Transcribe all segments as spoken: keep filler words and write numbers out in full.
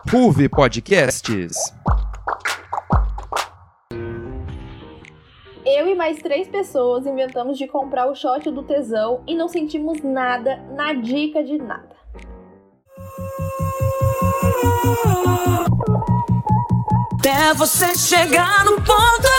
Ruve Podcasts. Eu e mais três pessoas inventamos de comprar o shot do tesão e não sentimos nada, na dica de nada. Até você chegar no ponto.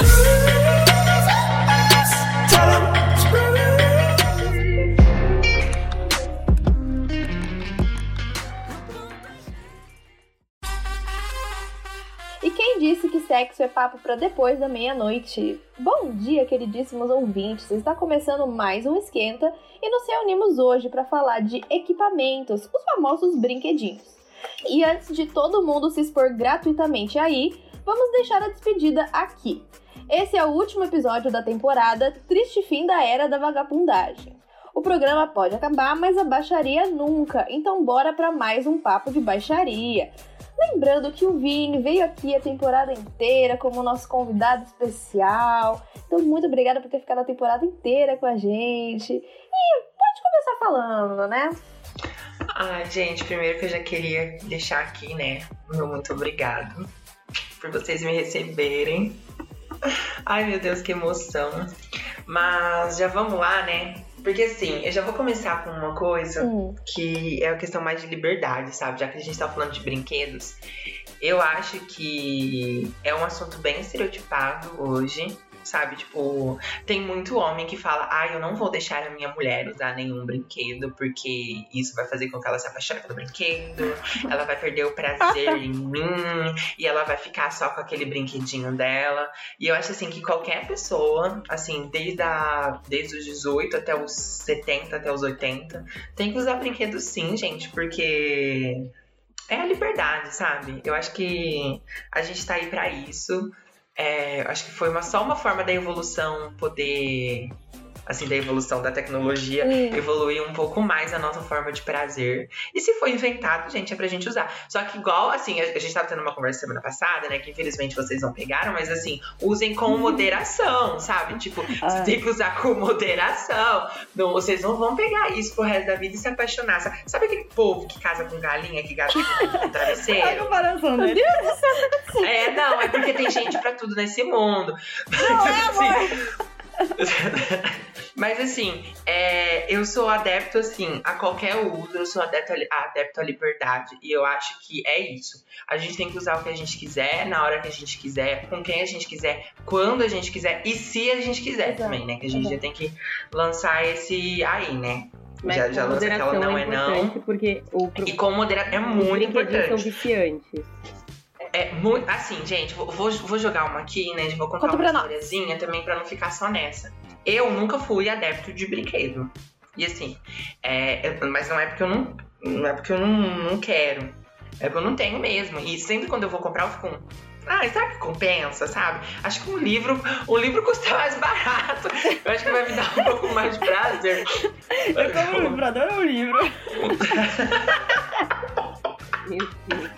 E quem disse que sexo é papo para depois da meia-noite? Bom dia, queridíssimos ouvintes! Está começando mais um Esquenta e nos reunimos hoje para falar de equipamentos, os famosos brinquedinhos. E antes de todo mundo se expor gratuitamente aí, vamos deixar a despedida aqui. Esse é o último episódio da temporada, triste fim da era da vagabundagem. O programa pode acabar, mas a baixaria nunca, então bora para mais um papo de baixaria. Lembrando que o Vini veio aqui a temporada inteira como nosso convidado especial. Então, muito obrigada por ter ficado a temporada inteira com a gente. E pode começar falando, né? Ai, gente, primeiro que eu já queria deixar aqui, né, meu muito obrigado por vocês me receberem. Ai, meu Deus, que emoção. Mas já vamos lá, né? Porque assim, eu já vou começar com uma coisa hum. que é a questão mais de liberdade, sabe? Já que a gente tá falando de brinquedos, eu acho que é um assunto bem estereotipado hoje, sabe? Tipo, tem muito homem que fala, ah, eu não vou deixar a minha mulher usar nenhum brinquedo, porque isso vai fazer com que ela se apaixone pelo brinquedo, ela vai perder o prazer em mim, e ela vai ficar só com aquele brinquedinho dela. E eu acho, assim, que qualquer pessoa, assim, desde, a, desde os dezoito até os setenta, até os oitenta, tem que usar brinquedo sim, gente, porque é a liberdade, sabe? Eu acho que a gente tá aí pra isso. É, acho que foi uma, só uma forma da evolução poder, assim, da evolução da tecnologia, hum. evoluir um pouco mais a nossa forma de prazer. E se foi inventado, gente, é pra gente usar. Só que igual, assim, a, a gente tava tendo uma conversa semana passada, né, que infelizmente vocês não pegaram, mas assim, usem com moderação, sabe? Tipo, ah. você tem que usar com moderação. Não, vocês não vão pegar isso pro resto da vida e se apaixonar. Sabe, sabe aquele povo que casa com galinha, que casa com travesseiro? A comparação, né? Meu Deus do céu! É, não, é porque tem gente pra tudo nesse mundo. Não, é amor! Mas assim, é, eu sou adepto assim, a qualquer uso, eu sou adepto, adepto à liberdade. E eu acho que é isso. A gente tem que usar o que a gente quiser, na hora que a gente quiser, com quem a gente quiser, quando a gente quiser e se a gente quiser. Exato. Também, né? Que a gente Exato. já tem que lançar esse aí, né? Mas já já lança aquela não é, é não. Porque o, e com moderação é muito importante. São viciantes. É muito. Assim, gente, vou, vou jogar uma aqui, né? Vou contar Conta uma historiazinha também pra não ficar só nessa. Eu nunca fui adepto de brinquedo. E assim, é, mas não é porque eu não. Não é porque eu não, não quero. É porque eu não tenho mesmo. E sempre quando eu vou comprar, eu fico. Ah, será que compensa, sabe? Acho que um livro, um livro custa mais barato. Eu acho que vai me dar um pouco mais de prazer. Eu como livro, adoro um livro. Meu Deus.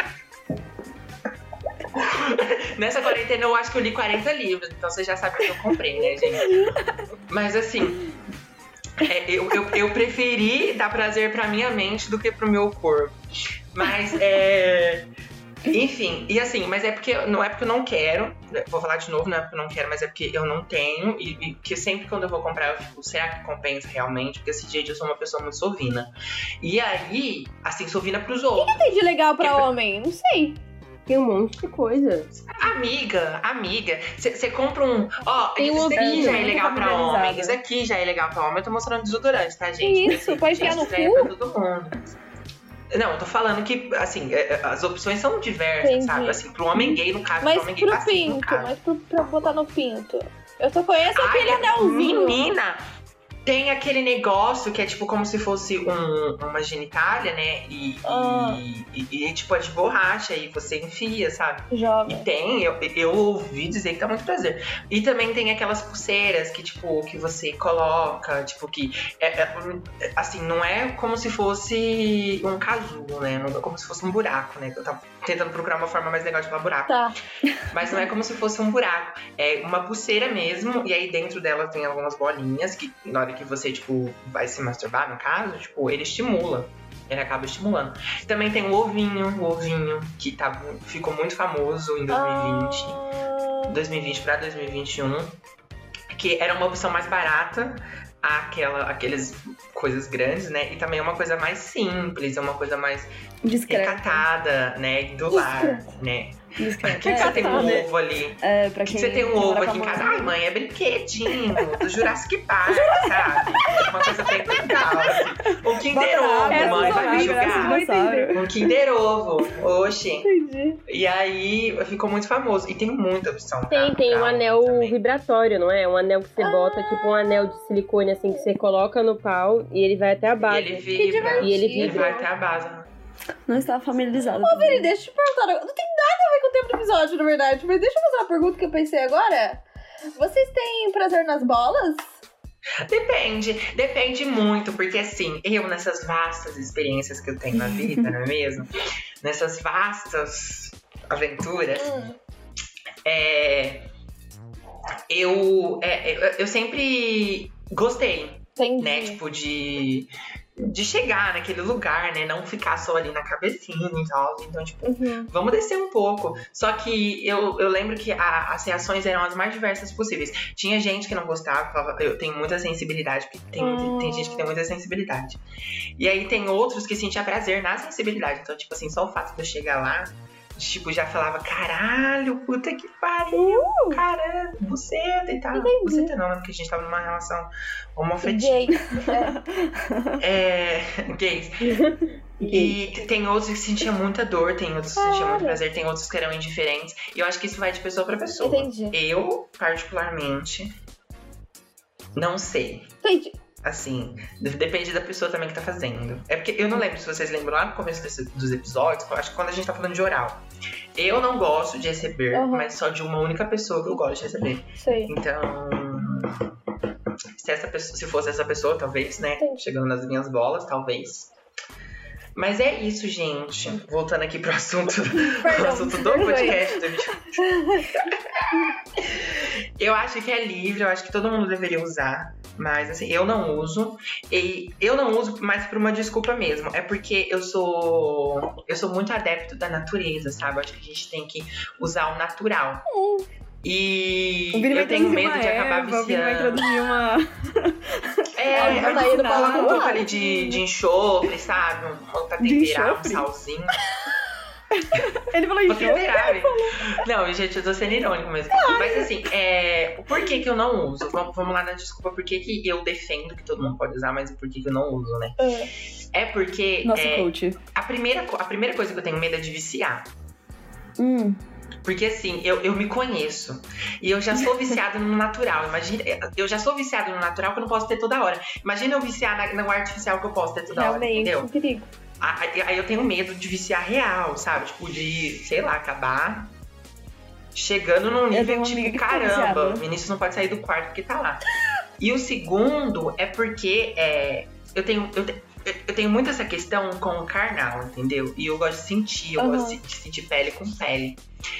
Nessa quarentena eu acho que eu li quarenta livros, então você já sabe que eu comprei, né, gente? Mas assim, é, eu, eu, eu preferi dar prazer pra minha mente do que pro meu corpo. Mas é... Enfim, e assim, mas é porque, não é porque eu não quero, vou falar de novo, não é porque eu não quero, mas é porque eu não tenho, e, e que sempre quando eu vou comprar eu fico, será que compensa realmente? Porque esse dia eu sou uma pessoa muito sovina. E aí, assim, sovina pros outros. O que, que tem de legal pra é homem? Pra... Não sei. Tem um monte de coisa. Amiga, amiga, você compra um... Ó, isso aqui já é legal pra homem, isso aqui já é legal pra homem. Eu tô mostrando desodorante, tá, gente? Isso, pode enfiar no cu? Pra todo mundo. Não, eu tô falando que, assim, as opções são diversas, Entendi. sabe? Assim, pro homem gay, no caso, mas pro homem gay pro passivo, pinto, no caso. Mas pro, pra botar no pinto. Eu só conheço Ai, aquele anelzinho. Menina, tem aquele negócio que é tipo como se fosse um, uma genitália, né? E, ah. e, e, e tipo é de borracha e você enfia, sabe? Jovem. E tem, eu, eu ouvi dizer que dá muito prazer. E também tem aquelas pulseiras que, tipo, que você coloca, tipo, que é, é, assim, não é como se fosse um casulo, né? Não é como se fosse um buraco, né? Eu tava tentando procurar uma forma mais legal de falar buraco. Tá. Mas não é como se fosse um buraco. É uma pulseira mesmo, e aí dentro dela tem algumas bolinhas que, na hora que você, tipo, vai se masturbar, no caso, tipo, ele estimula. Ele acaba estimulando. Também tem o ovinho, o ovinho, que tá, ficou muito famoso em dois mil e vinte. Ah, dois mil e vinte para dois mil e vinte e um. Que era uma opção mais barata, aquela, aquelas coisas grandes, né? E também é uma coisa mais simples, é uma coisa mais Discreta. recatada, né? Do lar, né? Discreta. Por que, que você tem um ovo ali? É, pra Por que, quem que você tem um quem ovo mora aqui em com a casa? mãe. Ai, mãe, é brinquedinho do Jurassic Park, sabe? Uma coisa bem legal. Assim. Um Kinder Bota Ovo, água, mãe, essa vai me água, essa julgar. dinossauro. Um Kinder Ovo, oxi. entendi. E aí ficou muito famoso. E tem muita opção. Tem, pra- tem pra um anel também. vibratório, não é? Um anel que você bota, tipo um anel de silicone, assim, que você coloca no pau e ele vai até a E base. ele vibra. E ele Ele vibra. vai até a base. Não estava familiarizada. Ô, Vini, deixa eu te perguntar. Não tem nada a ver com o tempo do episódio, na verdade. Mas deixa eu fazer uma pergunta que eu pensei agora. Vocês têm prazer nas bolas? Depende, depende muito, porque assim, eu nessas vastas experiências que eu tenho na vida, não é mesmo? Nessas vastas aventuras, Hum. é, eu, é, eu, eu sempre gostei, Entendi. né? Tipo, de, de chegar naquele lugar, né? Não ficar só ali na cabecinha e tal. Então, tipo, Uhum. vamos descer um pouco. Só que eu, eu lembro que a- as reações eram as mais diversas possíveis. Tinha gente que não gostava, falava, eu tenho muita sensibilidade, porque tem, Hum. tem gente que tem muita sensibilidade. E aí tem outros que sentia prazer na sensibilidade. Então, tipo assim, só o fato de eu chegar lá, tipo, já falava, caralho, puta que pariu, caralho, buceta e tal. Entendi. Buceta não, né? Porque a gente tava numa relação homoafetiva. Gay. É, gays. E t- tem outros que sentiam muita dor, tem outros que sentiam muito prazer, tem outros que eram indiferentes. E eu acho que isso vai de pessoa pra pessoa. Entendi. Eu, particularmente, não sei. Entendi. Assim, de- depende da pessoa também que tá fazendo. É porque eu não lembro se vocês lembram lá no começo desse- dos episódios, eu acho que quando a gente tá falando de oral. Eu não gosto de receber, Uhum. mas só de uma única pessoa que eu gosto de receber. Sei. Então, se, essa pessoa, se fosse essa pessoa, talvez, né? Entendi. Chegando nas minhas bolas, talvez. Mas é isso, gente. Voltando aqui pro assunto, pro assunto do perdoe. podcast. Do vídeo. Eu acho que é livre, eu acho que todo mundo deveria usar. Mas assim, eu não uso. E eu não uso mais por uma desculpa mesmo. É porque eu sou. Eu sou muito adepto da natureza, sabe? Eu acho que a gente tem que usar o natural. E O Vini vai eu tenho introduzir medo uma de acabar erva, o Vini vai viciando. introduzir uma... É, Olha, eu tá indo pra coloco um outro pouco lado. ali de, de enxofre, sabe? Um, pra De temperar, um enxofre? salzinho. Ele falou Pra isso. temperar, velho. Não, gente, eu tô sendo irônico mesmo. Mas assim, é, por que que eu não uso? Vamos, vamos lá na desculpa. Por que que eu defendo que todo mundo pode usar, mas por que que eu não uso, né? É porque Nosso é, coach. a, primeira, co- a primeira coisa que eu tenho medo é de viciar. Hum. Porque assim, eu, eu me conheço. E eu já sou viciada no natural. Imagina, eu já sou viciada no natural que eu não posso ter toda hora. Imagina eu viciar na, no artificial que eu posso ter toda hora, Realmente, entendeu? um perigo. Aí aí eu tenho medo de viciar real, sabe? Tipo, de, sei lá, acabar chegando num tenho nível, uma amiga tipo, que tá caramba, viciada. o Vinícius não pode sair do quarto porque tá lá. E o segundo é porque é, eu tenho. Eu, te- eu tenho muito essa questão com o carnal, entendeu? E eu gosto de sentir, eu Uhum. gosto de sentir pele com pele.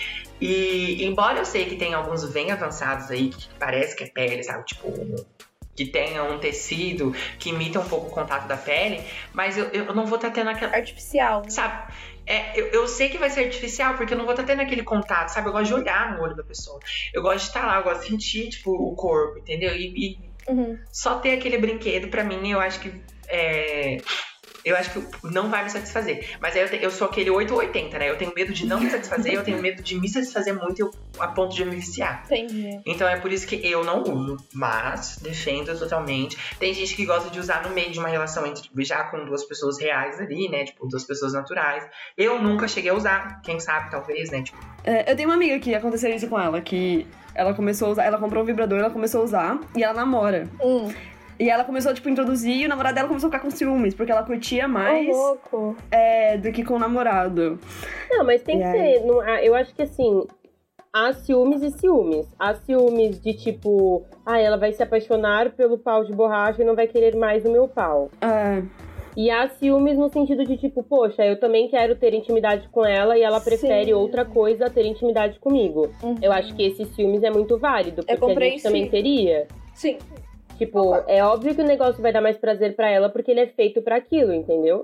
E embora eu sei que tem alguns bem avançados aí, que parece que é pele, sabe? Tipo, que tenha um tecido que imita um pouco o contato da pele, mas eu, eu não vou estar tendo aquela. Artificial. Sabe? É, eu, eu sei que vai ser artificial, porque eu não vou estar tendo aquele contato, sabe? Eu gosto de olhar no olho da pessoa. Eu gosto de estar lá, eu gosto de sentir, tipo, o corpo, entendeu? E, e Uhum. só ter aquele brinquedo, pra mim, eu acho que. É, eu acho que não vai me satisfazer. Mas aí eu, te- eu sou aquele oito ou oitenta, né? Eu tenho medo de não me satisfazer, eu tenho medo de me satisfazer muito eu, a ponto de eu me viciar. Entendi. Então é por isso que eu não uso, mas defendo totalmente. Tem gente que gosta de usar no meio de uma relação entre já com duas pessoas reais ali, né? Tipo, duas pessoas naturais. Eu nunca cheguei a usar, quem sabe, talvez, né? Tipo, É, eu tenho uma amiga que aconteceu isso com ela, que ela começou a usar, ela comprou um vibrador, ela começou a usar e ela namora. Hum. E ela começou, tipo, a introduzir e o namorado dela começou a ficar com ciúmes, porque ela curtia mais Ô, louco. é, do que com o namorado. Não, mas tem E que aí? ser. não- ah, eu acho que assim. Há ciúmes e ciúmes. Há ciúmes de tipo, ah, ela vai se apaixonar pelo pau de borracha e não vai querer mais o meu pau. É, E há ciúmes no sentido de tipo, poxa, eu também quero ter intimidade com ela e ela prefere Sim. outra coisa a ter intimidade comigo. Uhum. Eu acho que esse ciúmes é muito válido, É porque a gente também compreensível. teria. Sim. Tipo, é óbvio que o negócio vai dar mais prazer pra ela porque ele é feito pra aquilo, entendeu?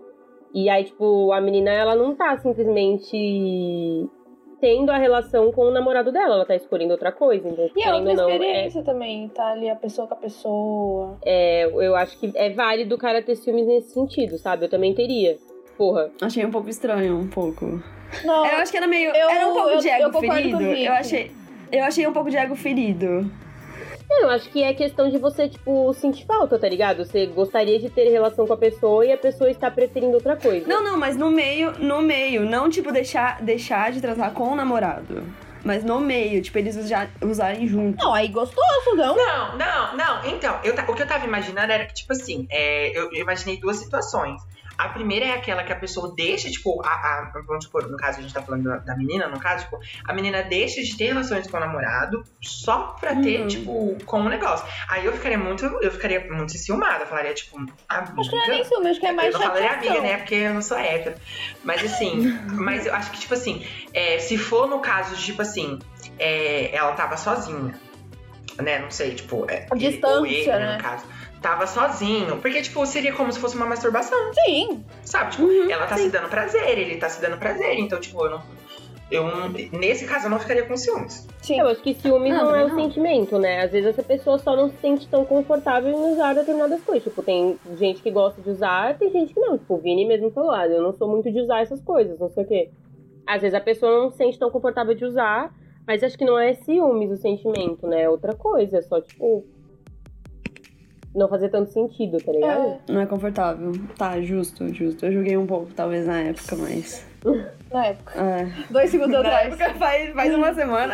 E aí, tipo, a menina, ela não tá simplesmente tendo a relação com o namorado dela, ela tá escolhendo outra coisa. Então, E é outra não, experiência é... também, tá ali a pessoa com a pessoa. É, eu acho que é válido o cara ter ciúmes nesse sentido, sabe? Eu também teria. Porra. Achei um pouco estranho, um pouco. Não, eu acho que era meio... eu, era um pouco eu, de ego eu ferido. Eu achei, eu achei um pouco de ego ferido. Não, eu acho que é questão de você, tipo, sentir falta, tá ligado? Você gostaria de ter relação com a pessoa e a pessoa está preferindo outra coisa. Não, não, mas no meio, no meio. Não, tipo, deixar, deixar de transar com o namorado. Mas no meio, tipo, eles usa, usarem junto. Não, aí gostoso, não? Não, não, não. Então, eu, o que eu tava imaginando era que, tipo assim, é, eu, eu imaginei duas situações. A primeira é aquela que a pessoa deixa, tipo, a, a, vamos supor, no caso, a gente tá falando da, da menina, no caso, tipo, a menina deixa de ter relações com o namorado só pra ter, uhum. tipo, com o negócio. Aí eu ficaria muito, eu ficaria muito enciumada, falaria, tipo, amiga. Acho que não é nem ciúme, acho que é mais Eu não falaria chateação. amiga, né, porque eu não sou hétero. Mas assim, mas eu acho que, tipo assim, é, se for no caso de, tipo assim, é, ela tava sozinha, né, não sei, tipo, é, A ele, distância, ou ele, né? no caso. Tava sozinho. Porque, tipo, seria como se fosse uma masturbação. Sim. Sabe? Tipo, Uhum, ela tá sim. se dando prazer, ele tá se dando prazer. Então, tipo, eu não. Eu, nesse caso, eu não ficaria com ciúmes. Sim. Eu acho que ciúmes Não, não, é não. o sentimento, né? Às vezes essa pessoa só não se sente tão confortável em usar determinadas coisas. Tipo, tem gente que gosta de usar, tem gente que não. Tipo, o Vini mesmo falou, ah, eu não sou muito de usar essas coisas, não sei o quê. Às vezes a pessoa não se sente tão confortável de usar, mas acho que não é ciúmes o sentimento, né? É outra coisa, é só, tipo... não fazer tanto sentido, tá ligado? É. Não é confortável. Tá, justo, justo. Eu julguei um pouco, talvez, na época, mas... Na época. É. Dois segundos Na atrás. época faz, faz uma semana.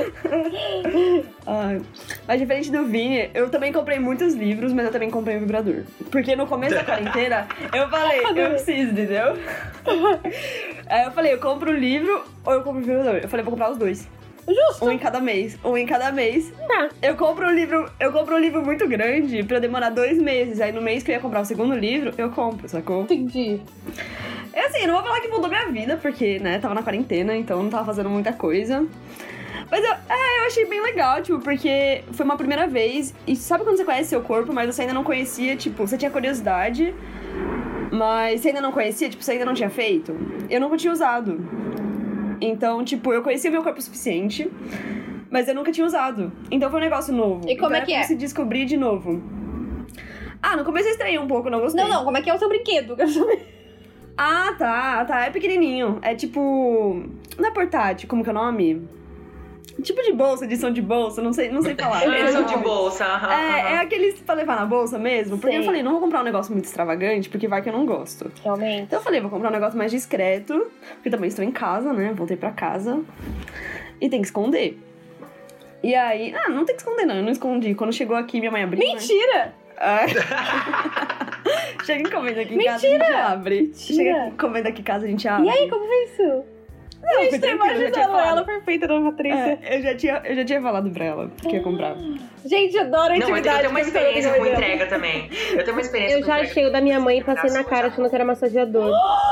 Ai. Mas diferente do Vini, eu também comprei muitos livros, mas eu também comprei um vibrador. Porque no começo da quarentena, eu falei, eu preciso, entendeu? Aí eu falei, eu compro o livro ou eu compro o vibrador? Eu falei, vou comprar os dois. Justo. Um em cada mês. Um em cada mês. Tá. Eu compro um livro, eu compro um livro muito grande pra eu demorar dois meses. Aí no mês que eu ia comprar o segundo livro, eu compro, sacou? Entendi. É assim, eu não vou falar que mudou minha vida, porque, né, tava na quarentena, então não tava fazendo muita coisa. Mas eu, é, eu achei bem legal, tipo, porque foi uma primeira vez. E sabe quando você conhece seu corpo, mas você ainda não conhecia, tipo, você tinha curiosidade, mas você ainda não conhecia, tipo, você ainda não tinha feito? Eu nunca tinha usado. Então, tipo, eu conhecia o meu corpo o suficiente, mas eu nunca tinha usado. Então foi um negócio novo. E como então, é que era é? como se descobrir de novo. Ah, no começo eu estranhei um pouco, não gostei. Não, não, como é que é o seu brinquedo? Quero saber. Ah, tá, tá. É pequenininho. É tipo... Não é portátil, como que é o nome? Tipo de bolsa, edição de bolsa, não sei, não sei falar. Eles são de Nome. bolsa, aham. É, aham. é aqueles pra levar na bolsa mesmo. Porque Sei. eu falei, não vou comprar um negócio muito extravagante, porque vai que eu não gosto. Realmente. Então eu falei, vou comprar um negócio mais discreto, porque também estou em casa, né? Voltei pra casa. E tem que esconder. E aí... Ah, não tem que esconder, não. Eu não escondi. Quando chegou aqui, minha mãe abriu. Mentira! Né? Chega encomenda aqui em casa, a gente abre. Mentira! Chega encomenda aqui em casa, a gente abre. E aí, como foi isso? Não, A gente foi tá tranquilo, eu já tinha imaginando falado. ela perfeita na Patrícia. É, eu, já tinha, eu já tinha falado pra ela que ia comprar. Gente, adoro a Não, eu tenho, eu intimidade. tenho uma que a Vitória tem experiência com ela. entrega também. Eu tenho uma experiência Eu com já entrega. achei o da minha mãe e passei na cara achando que era massageador.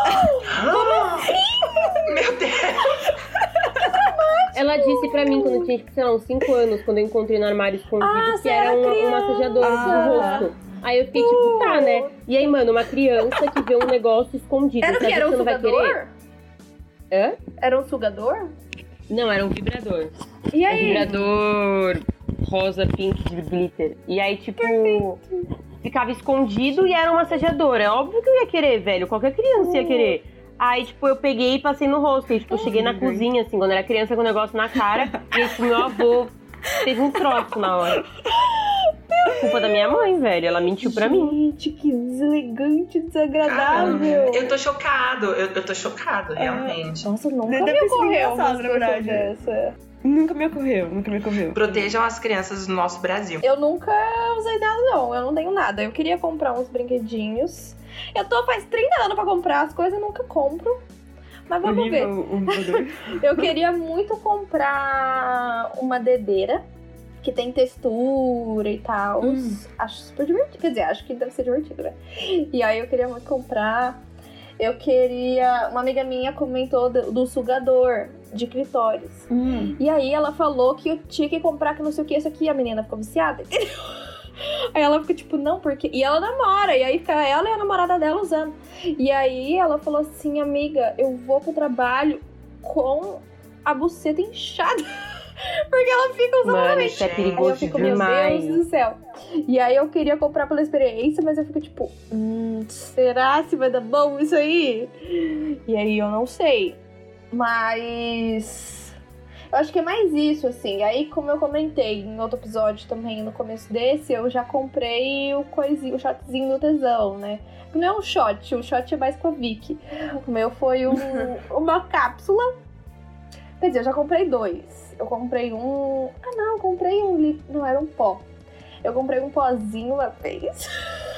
Meu Deus! Ela disse pra mim quando eu tinha, tipo, sei lá, uns cinco anos, quando eu encontrei no armário escondido, Ah, que você era era um, um criança. massageador Ah. do rosto. Aí eu fiquei tipo, tá, né? E aí, mano, uma criança que vê um negócio escondido. Era o sabe que? Era um você não vai sugador? querer? Hã? Era um sugador? Não, era um vibrador. E Um aí? vibrador rosa, pink, de glitter. E aí, tipo, ficava escondido e era um massageador. É óbvio que eu ia querer, velho. Qualquer criança ia querer. Aí, tipo, eu peguei e passei no rosto. E, tipo, cheguei na cozinha, assim, quando era criança, com o negócio na cara. E aí, tipo, meu avô teve um troço na hora. Culpa da minha mãe, velho. Ela mentiu pra mim. Gente, que deselegante, Caramba, desagradável. eu tô chocado, eu, eu tô chocado, realmente. Nossa, nunca Deve me ter sido ocorreu uma engraçado, na situação verdade. dessa. Nunca me ocorreu, nunca me ocorreu. Protejam as crianças do nosso Brasil. Eu nunca usei nada, não. Eu não tenho nada. Eu queria comprar uns brinquedinhos. Eu tô faz trinta anos pra comprar as coisas e nunca compro. Mas Um vamos ver. livro, um vibrador. Eu queria muito comprar uma dedeira que tem textura e tal. Hum. Acho super divertido. Quer dizer, acho que deve ser divertido, né? E aí eu queria muito comprar. Eu queria... Uma amiga minha comentou do, do sugador de clitóris. Hum. E aí ela falou que eu tinha que comprar que não sei o que, isso aqui. A menina ficou viciada. Aí ela fica tipo, não, porque... E ela namora, e aí fica ela e a namorada dela usando. E aí ela falou assim, amiga, eu vou pro trabalho com a buceta inchada. Porque ela fica usando Mano, realmente. isso é Aí eu perigoso fico, demais. meu Deus do céu. E aí eu queria comprar pela experiência, mas eu fico tipo, hum, será se vai dar bom isso aí? E aí eu não sei. Mas... eu acho que é mais isso, assim. Aí, como eu comentei em outro episódio também, no começo desse, eu já comprei o coisinho, o shotzinho do tesão, né? Não é um shot, o shot é mais com a Vicky. O meu foi um, uma cápsula. Quer dizer, eu já comprei dois. Eu comprei um... Ah, não, eu comprei um... Li... Não, era um pó. Eu comprei um pozinho uma vez.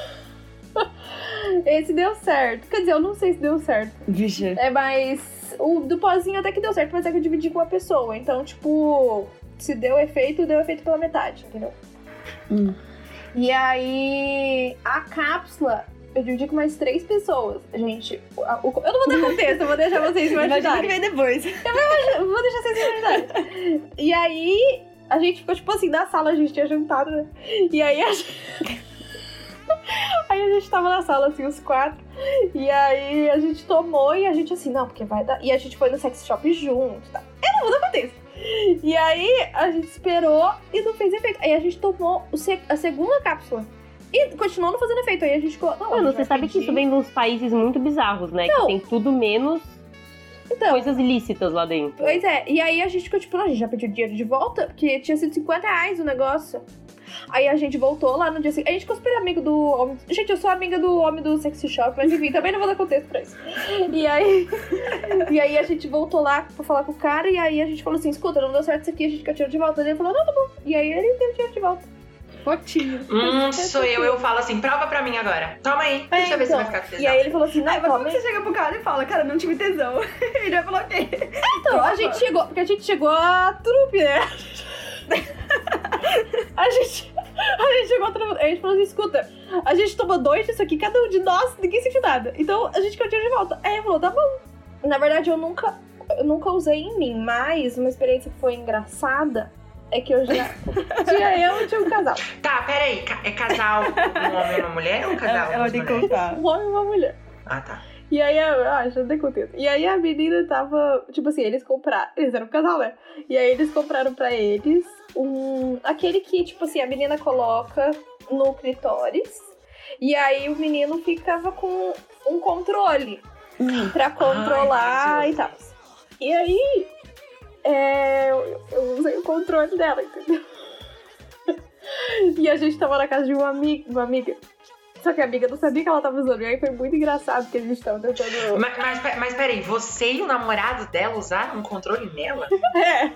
Esse deu certo. Quer dizer, eu não sei se deu certo. Vixe. É, mas... O do pozinho até que deu certo, mas é que eu dividi com uma pessoa. Então, tipo... Se deu efeito, deu efeito pela metade, entendeu? Hum. E aí... A cápsula... Eu dividi com mais três pessoas. Gente, a, o, eu não vou dar contexto, eu vou deixar vocês Imagina o que imaginarem. vem depois. Eu vou deixar vocês imaginarem. E aí, a gente ficou, tipo assim, na sala, a gente tinha jantado, né? E aí a gente... Aí a gente tava na sala, assim, os quatro. E aí a gente tomou e a gente assim, não, porque vai dar... E a gente foi no sex shop junto e tal. Eu não vou dar contexto. E aí a gente esperou e não fez efeito. Aí a gente tomou o seg- a segunda cápsula. E continuou não fazendo efeito. Aí a gente ficou... Não, Mano, você sabe que isso vem de uns países muito bizarros, né? Não. Que tem tudo menos então, coisas ilícitas lá dentro. Pois é. E aí a gente ficou tipo, não, a gente já pediu dinheiro de volta, porque tinha sido cinquenta reais o negócio. Aí a gente voltou lá no dia seguinte. A gente ficou super amigo do homem. Gente, eu sou amiga do homem do sexy shop, mas enfim, também não vou dar contexto pra isso. E aí... e aí a gente voltou lá pra falar com o cara, e aí a gente falou assim, escuta, não deu certo isso aqui, a gente quer dinheiro de volta. Ele falou, não, tá bom. E aí ele deu dinheiro de volta. Fotinho. Hum, sou eu, eu falo assim, prova pra mim agora. Toma aí, É, deixa eu ver se então. vai ficar com tesão. E aí ele falou assim, não, Aí, mas toma quando aí. você chega pro cara e fala, cara, não tive tesão. Ele vai falar o quê? Então, a gente chegou, porque a gente chegou a trupe, né? A gente, a gente chegou a trupe, a gente falou assim, escuta, a gente tomou dois disso aqui, cada um de nós, ninguém sentiu nada. Então, a gente quer o dinheiro de volta. Aí ele falou, tá bom. Na verdade, eu nunca, eu nunca usei em mim, mas uma experiência que foi engraçada é que eu já tinha eu e tinha um casal. Tá, peraí, ca- é casal um homem e uma mulher ou um casal Ela, ela duas tem que mulheres? contar. Um homem e uma mulher. Ah, tá. E aí, ah, já dei contexto. E aí a menina tava, tipo assim, eles compraram, eles eram um casal, né? E aí eles compraram pra eles um, aquele que, tipo assim, a menina coloca no clitóris e aí o menino ficava com um controle pra controlar Ai, e tal. E aí, é, eu, eu usei o controle dela, entendeu? E a gente tava na casa de uma amiga, uma amiga. Só que a amiga não sabia que ela tava usando. E aí foi muito engraçado porque a gente tava tentando... Mas, mas, pe- mas peraí, você e o namorado dela usaram um controle nela? É.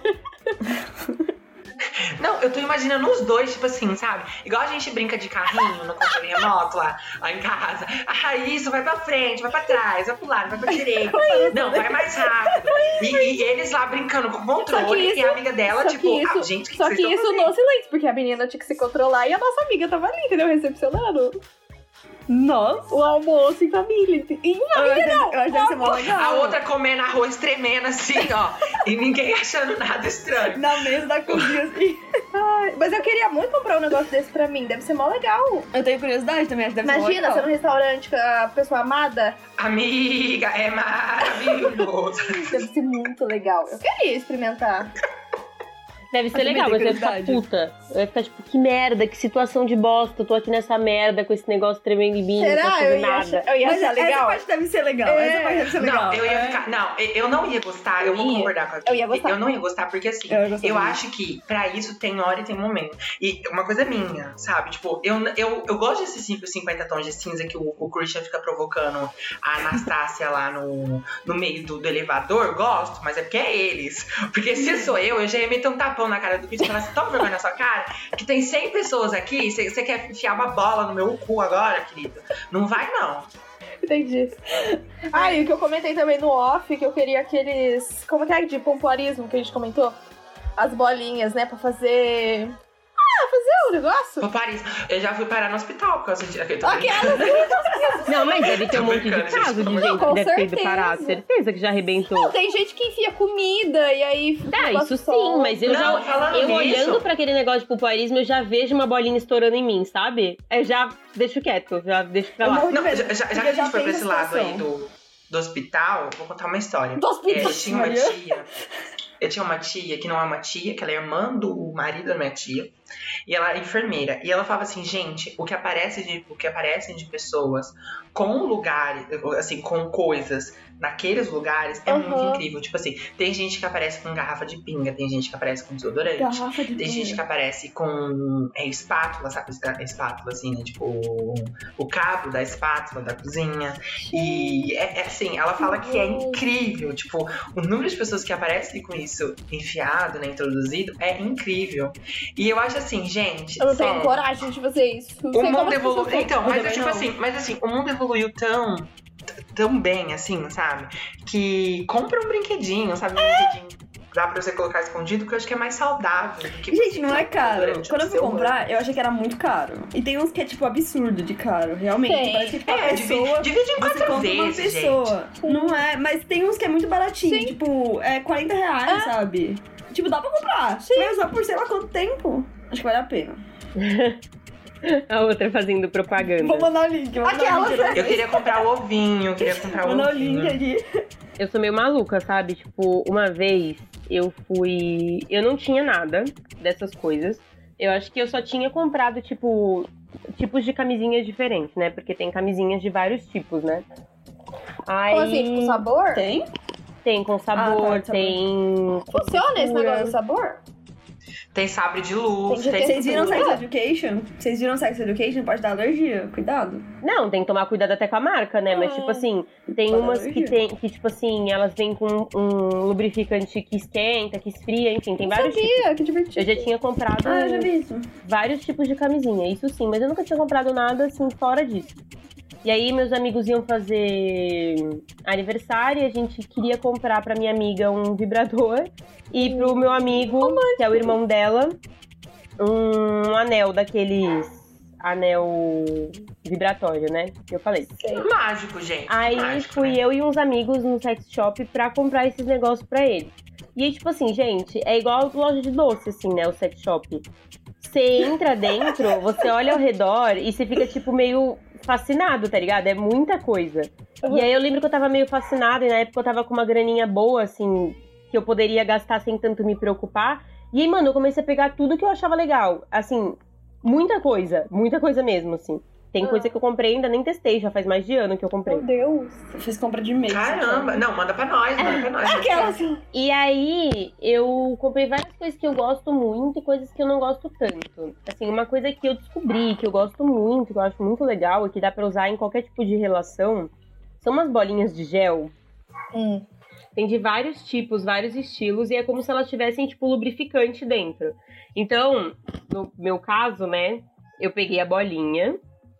Não, eu tô imaginando os dois, tipo assim, sabe? Igual a gente brinca de carrinho no controle remoto lá, lá em casa. Ah, isso, vai pra frente, vai pra trás, vai pro lado, vai pra direita. Não, vai mais rápido. E, e eles lá brincando com o Só que controle isso- e a amiga dela, só tipo, que isso, ah, gente, o que só vocês que estão isso fazendo? no silêncio, porque a menina tinha que se controlar e a nossa amiga tava ali, entendeu? Recepcionando Nossa. o almoço em família. Em Eu família acho, não! eu acho que deve ser mó legal. A outra comendo arroz tremendo assim, ó. E ninguém achando nada estranho. Na mesa da cozinha, assim. Ai, mas eu queria muito comprar um negócio desse pra mim, deve ser mó legal. Eu tenho curiosidade também, acho que deve Imagina, ser você mó num restaurante com a pessoa amada, Amiga, é maravilhoso. deve ser muito legal. Eu queria experimentar. Deve ser Eu também legal, mas tenho eu ia ficar curiosidade. puta. Eu ia ficar tipo, que merda, que situação de bosta. Eu tô aqui nessa merda com esse negócio tremendo em mim, não tô Será? Eu fazendo ia, nada. achar, eu ia Mas achar essa legal. parte deve ser legal. É. Essa parte deve ser legal. Não, eu ia É. ficar. Não, eu não ia gostar, eu, Eu vou ia. concordar com a Eu ia gostar. Eu não ia gostar, porque assim, Eu ia eu, gostar também. acho que pra isso tem hora e tem momento. E uma coisa minha, sabe? Tipo, eu, eu, eu gosto desses cinquenta tons de cinza que o, o Christian fica provocando a Anastácia lá no, no meio do, do elevador. Gosto, mas é porque é eles. Porque se sou eu, eu já ia meter um tapão na cara do Christian e falar assim: toma vergonha na sua cara, que tem cem pessoas aqui, você quer enfiar uma bola no meu cu agora, querido? Não vai, não. Entendi. Ah, e o que eu comentei também no off, que eu queria aqueles... Como que é? De pompoarismo que a gente comentou? As bolinhas, né? Pra fazer... Ah, fazer o negócio? Pra Paris. Eu já fui parar no hospital por causa de... Aquelas... Não, mas deve ter um monte de brincando, gente, caso de pelo gente amor que de deve Deus. ter ido Com parar. certeza. Certeza que já arrebentou. Não, tem gente que enfia comida e aí... Ah, negócio isso sim, solta. mas eu Não, já. falando Eu nisso- olhando pra aquele negócio de pulparismo, eu já vejo uma bolinha estourando em mim, sabe? Eu já deixo quieto, já deixo pra Eu lá. morro de Não, medo, já, já, já porque que a já gente foi pra penso esse a lado aí situação. do, do hospital, vou contar uma história. Do hospital, É, eu tinha uma Maria. tia... Eu tinha uma tia que não é uma tia, que ela é irmã do marido da minha tia. E ela é enfermeira. E ela falava assim, gente, o que aparece de, o que aparecem de pessoas com lugares, assim, com coisas naqueles lugares é Uhum. muito incrível. Tipo assim, tem gente que aparece com garrafa de pinga, tem gente que aparece com desodorante. Garrafa de Tem gente que pinga. aparece com é, espátula, sabe? Espátula, assim, né? Tipo, o, o cabo da espátula da cozinha. E, é, é assim, ela fala que é incrível. Tipo, o número de pessoas que aparecem com isso enfiado, né? Introduzido, é incrível. E eu acho assim, gente... Eu não tenho sério, coragem de fazer isso. Não o sei como mundo as pessoas evoluiu. fazem. Então, Eu mas é também tipo não. assim, mas assim, o mundo evoluiu tão, tão bem, assim, sabe? Que compra um brinquedinho, sabe? Um brinquedinho dá pra você colocar escondido, que eu acho que é mais saudável. Do que Gente, você não é ficar caro. durante Quando o eu fui seu comprar, eu achei que era muito caro. E tem uns que é, tipo, absurdo de caro, realmente. Tem. Parece que, tipo, a É, pessoa... divide, divide em Você quatro compra uma vezes, pessoa. gente. Não é, mas tem uns que é muito baratinho. Sim. Tipo, é quarenta reais, sabe? Tipo, dá pra comprar. Sim. Vai usar por sei lá quanto tempo. Acho que vale a pena. A outra fazendo propaganda. Vou mandar o link. Vou mandar Aquela, o link. gente. Eu queria comprar o ovinho, eu queria comprar o Vou mandar o ovinho. link aqui. Eu sou meio maluca, sabe? Tipo, uma vez eu fui. Eu não tinha nada dessas coisas. Eu acho que eu só tinha comprado, tipo, tipos de camisinhas diferentes, né? Porque tem camisinhas de vários tipos, né? Aí... Como assim, tipo, sabor? Tem? Tem com sabor, Ah, tá, de sabor. tem. com Funciona esse textura. negócio do sabor? Tem sabre de luz, Tem de tem... Vocês viram Sex Ah. Education? Vocês viram Sex Education? Pode dar alergia. Cuidado. Não, tem que tomar cuidado até com a marca, né? Mas, Ah. tipo assim, tem Pode umas alergia. que tem, que, tipo assim, elas vêm com um lubrificante que esquenta, que esfria, enfim, tem Não vários tipos. sabia, que divertido. Eu já tinha comprado Ah, eu já vi isso. vários tipos de camisinha, isso sim, mas eu nunca tinha comprado nada assim fora disso. E aí meus amigos iam fazer aniversário e a gente queria comprar pra minha amiga um vibrador e pro meu amigo, que é o irmão dela, um anel daqueles anel vibratório, né? Que eu falei. Mágico, gente. Aí mágico, fui né? eu e uns amigos no sex shop pra comprar esses negócios pra ele. E aí, tipo assim, gente, é igual loja de doce, assim, né? O sex shop. Você entra dentro, você olha ao redor e você fica, tipo, meio fascinado, tá ligado? É muita coisa. Uhum. E aí eu lembro que eu tava meio fascinada e na época eu tava com uma graninha boa, assim, que eu poderia gastar sem tanto me preocupar. E aí, mano, eu comecei a pegar tudo que eu achava legal. Assim, muita coisa, muita coisa mesmo, assim. Tem Ah. coisa que eu comprei e ainda nem testei, já faz mais de ano que eu comprei. Meu Deus. Eu fiz compra de mês. Caramba. Não, manda pra nós, manda pra nós. Aquela assim. E aí, eu comprei várias coisas que eu gosto muito e coisas que eu não gosto tanto. Assim, uma coisa que eu descobri, que eu gosto muito, que eu acho muito legal e que dá pra usar em qualquer tipo de relação, são umas bolinhas de gel. Hum. Tem de vários tipos, vários estilos, e é como se elas tivessem, tipo, lubrificante dentro. Então, no meu caso, né, eu peguei a bolinha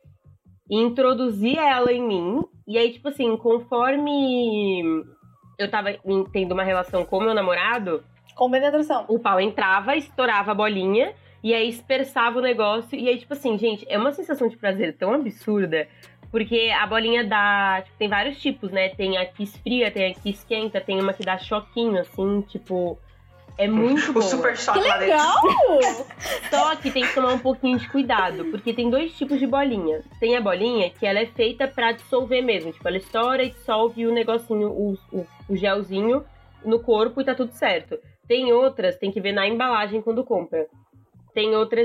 e introduzi ela em mim, e aí, tipo assim, conforme eu tava em- tendo uma relação com meu namorado, Com penetração. o pau entrava, estourava a bolinha, e aí dispersava o negócio, e aí, tipo assim, gente, é uma sensação de prazer tão absurda, porque a bolinha dá, tipo, tem vários tipos, né? Tem a que esfria, tem a que esquenta, tem uma que dá choquinho, assim, tipo, é muito O boa. super choque Que lá dentro. legal! Só que tem que tomar um pouquinho de cuidado, porque tem dois tipos de bolinha. Tem a bolinha que ela é feita pra dissolver mesmo, tipo, ela estoura e dissolve o negocinho, o, o, o gelzinho no corpo e tá tudo certo. Tem outras, tem que ver na embalagem quando compra. Tem outras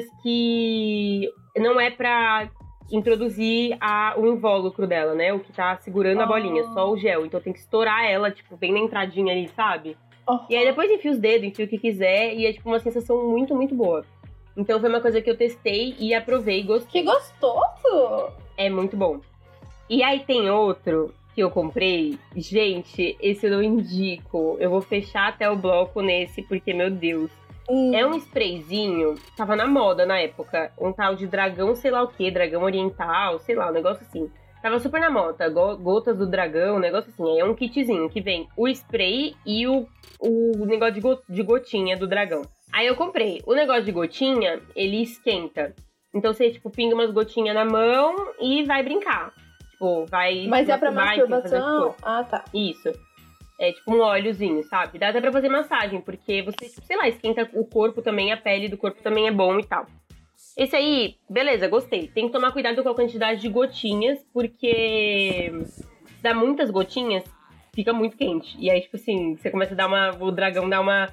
que não é pra introduzir a, o invólucro dela, né? O que tá segurando a bolinha, só o gel. Então tem que estourar ela, tipo, bem na entradinha ali, sabe? Oh. E aí depois enfia os dedos, enfia o que quiser, e é tipo uma sensação muito, muito boa. Então foi uma coisa que eu testei e aprovei e gostei. Que gostoso! É muito bom. E aí tem outro que eu comprei. Gente, esse eu não indico. Eu vou fechar até o bloco nesse, porque, meu Deus. Hum. É um sprayzinho, tava na moda na época. Um tal de dragão, sei lá o que, dragão oriental, sei lá, um negócio assim. Tava super na moda, go- gotas do dragão, um negócio assim. Aí é um kitzinho que vem o spray e o, o negócio de, go- de gotinha do dragão. Aí eu comprei. O negócio de gotinha, ele esquenta. Então você, tipo, pinga umas gotinhas na mão e vai brincar. Tipo, vai... Mas é pra masturbar, enfim, fazer masturbação? tipo- Ah, tá. Isso. É tipo um óleozinho, sabe? Dá até pra fazer massagem, porque você, tipo, sei lá, esquenta o corpo também, a pele do corpo também é bom e tal. Esse aí, beleza, gostei. Tem que tomar cuidado com a quantidade de gotinhas, porque dá muitas gotinhas, fica muito quente. E aí, tipo assim, você começa a dar uma... O dragão dá uma...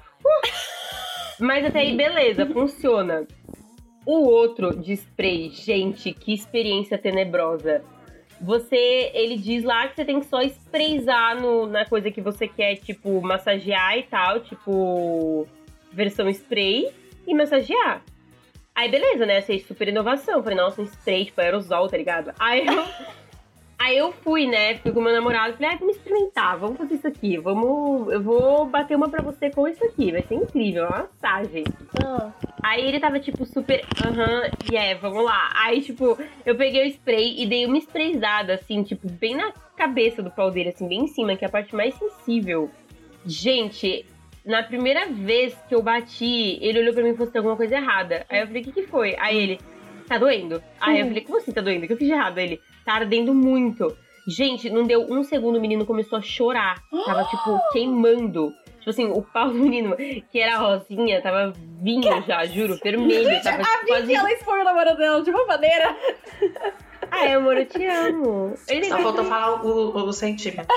Mas até aí, beleza, funciona. O outro de spray, gente, que experiência tenebrosa. Você, ele diz lá que você tem que só sprayzar no, na coisa que você quer, tipo, massagear e tal, tipo, versão spray, e massagear. Aí, beleza, né? Achei super inovação. Falei, nossa, um spray, tipo, aerosol, tá ligado? Aí eu, aí eu fui, né? Fui com meu namorado, falei, ah, vamos experimentar, vamos fazer isso aqui. Vamos, eu vou bater uma pra você com isso aqui, vai ser incrível, uma massagem. Ah. Aí ele tava, tipo, super, aham, uh-huh, yeah, vamos lá. Aí, tipo, eu peguei o spray e dei uma sprayzada, assim, tipo, bem na cabeça do pau dele, assim, bem em cima, que é a parte mais sensível. Gente, na primeira vez que eu bati, ele olhou pra mim e falou, tem alguma coisa errada. Aí eu falei, o que que foi? Aí ele, tá doendo? Aí eu falei, como assim tá doendo? O que eu fiz de errado? Aí ele, tá ardendo muito. Gente, não deu um segundo, o menino começou a chorar. Tava, tipo, queimando. Tipo assim, o pau do menino, que era rosinha, tava vinho já, juro, vermelho. Tava, A tipo, Vicky, quase... ela expõe o namorado dela de uma maneira. Ai, amor, eu te amo. Ele... Só faltou falar o, o, o centímetro.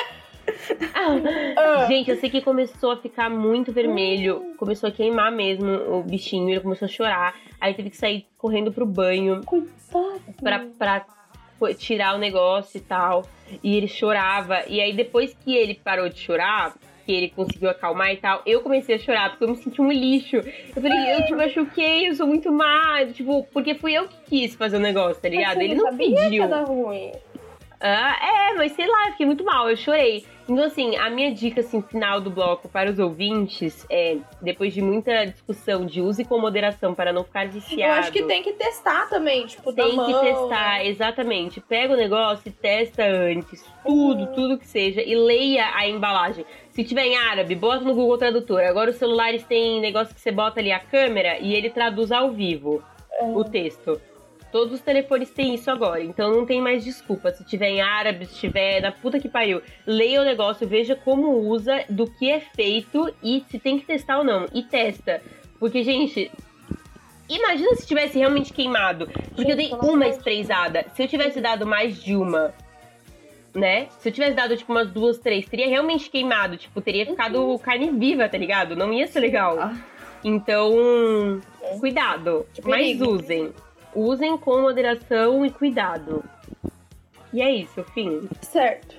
Ah, gente, eu sei que começou a ficar muito vermelho. Começou a queimar mesmo o bichinho. Ele começou a chorar. Aí teve que sair correndo pro banho. Coitado. Pra, pra tirar o negócio e tal. E ele chorava. E aí depois que ele parou de chorar, que ele conseguiu acalmar e tal, eu comecei a chorar, porque eu me senti um lixo. Eu falei, eu tipo, machuquei, eu sou muito má. Tipo, porque fui eu que quis fazer o negócio, tá ligado? Mas você Ele não não sabia pediu. que ia dar ruim. Ah, é, mas sei lá, eu fiquei muito mal, eu chorei. Então, assim, a minha dica, assim, final do bloco para os ouvintes é, depois de muita discussão de use com moderação para não ficar viciado. Eu acho que tem que testar também, tipo, da Tem mão. que testar, exatamente. Pega o negócio e testa antes, tudo, Uhum. tudo que seja, e leia a embalagem. Se tiver em árabe, bota no Google Tradutor. Agora os celulares têm negócio que você bota ali a câmera e ele traduz ao vivo o texto. Todos os telefones têm isso agora, então não tem mais desculpa. Se tiver em árabe, se tiver na puta que pariu, leia o negócio, veja como usa, do que é feito e se tem que testar ou não. E testa. Porque, gente, imagina se tivesse realmente queimado. Porque eu dei uma sprayzada. Se eu tivesse dado mais de uma, né? Se eu tivesse dado, tipo, umas duas, três, teria realmente queimado. Tipo, teria ficado carne viva, tá ligado? Não ia ser legal. Então, cuidado. Mas usem. Usem com moderação e cuidado. E é isso, fim. Certo.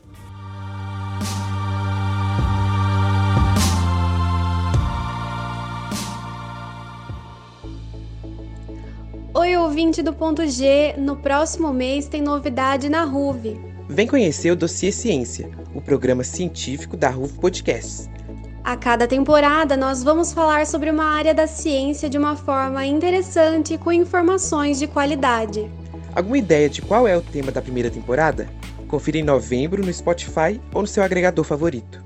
Oi, ouvinte do Ponto G. No próximo mês tem novidade na R U V. Vem conhecer o Dossiê Ciência, o programa científico da R U V Podcasts. A cada temporada, nós vamos falar sobre uma área da ciência de uma forma interessante e com informações de qualidade. Alguma ideia de qual é o tema da primeira temporada? Confira em novembro no Spotify ou no seu agregador favorito.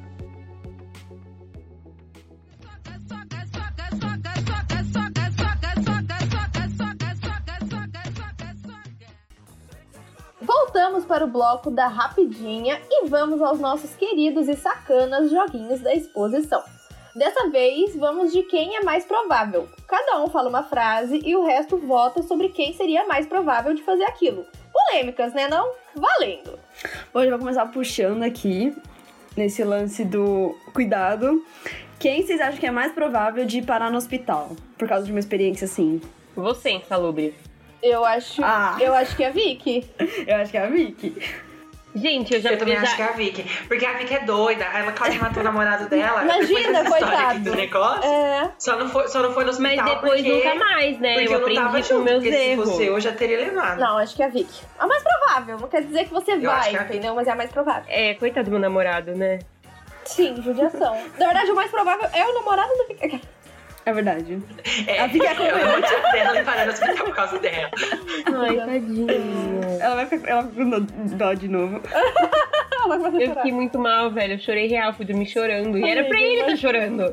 Voltamos para o bloco da Rapidinha e vamos aos nossos queridos e sacanas joguinhos da exposição. Dessa vez, vamos de quem é mais provável. Cada um fala uma frase e o resto vota sobre quem seria mais provável de fazer aquilo. Polêmicas, né não? Valendo! Hoje eu vou começar puxando aqui, nesse lance do cuidado. Quem vocês acham que é mais provável de parar no hospital? Por causa de uma experiência assim. Você, insalubre. Eu acho, Ah. eu acho que é a Vicky. Eu acho que é a Vicky. Gente, eu já... Eu também já... acho que é a Vicky. Porque a Vicky é doida. Ela quase matou o namorado dela. Imagina, depois dessa história aqui coitado. do negócio. É. Só não foi, só não foi no hospital Mas depois porque, nunca mais, né? porque Eu eu não tava aprendi com junto. meus Porque se erros. fosse eu, já teria levado. Não, acho que é a Vicky. É a mais provável. Não quer dizer que você Eu acho vai, que é a Vicky. entendeu? Mas é a mais provável. É, coitado do meu namorado, né? Sim, judiação. Na verdade, o mais provável é o namorado da Vicky. É verdade. É, A Vicky é eu como vou tirar dela e parar no hospital por causa dela. Ai, tadinha. Ela vai ficar, ela fica com dó de novo. Ela vai fazer Eu chorar. fiquei muito mal, velho. Eu chorei real, fui dormir chorando. E era pra ele estar chorando.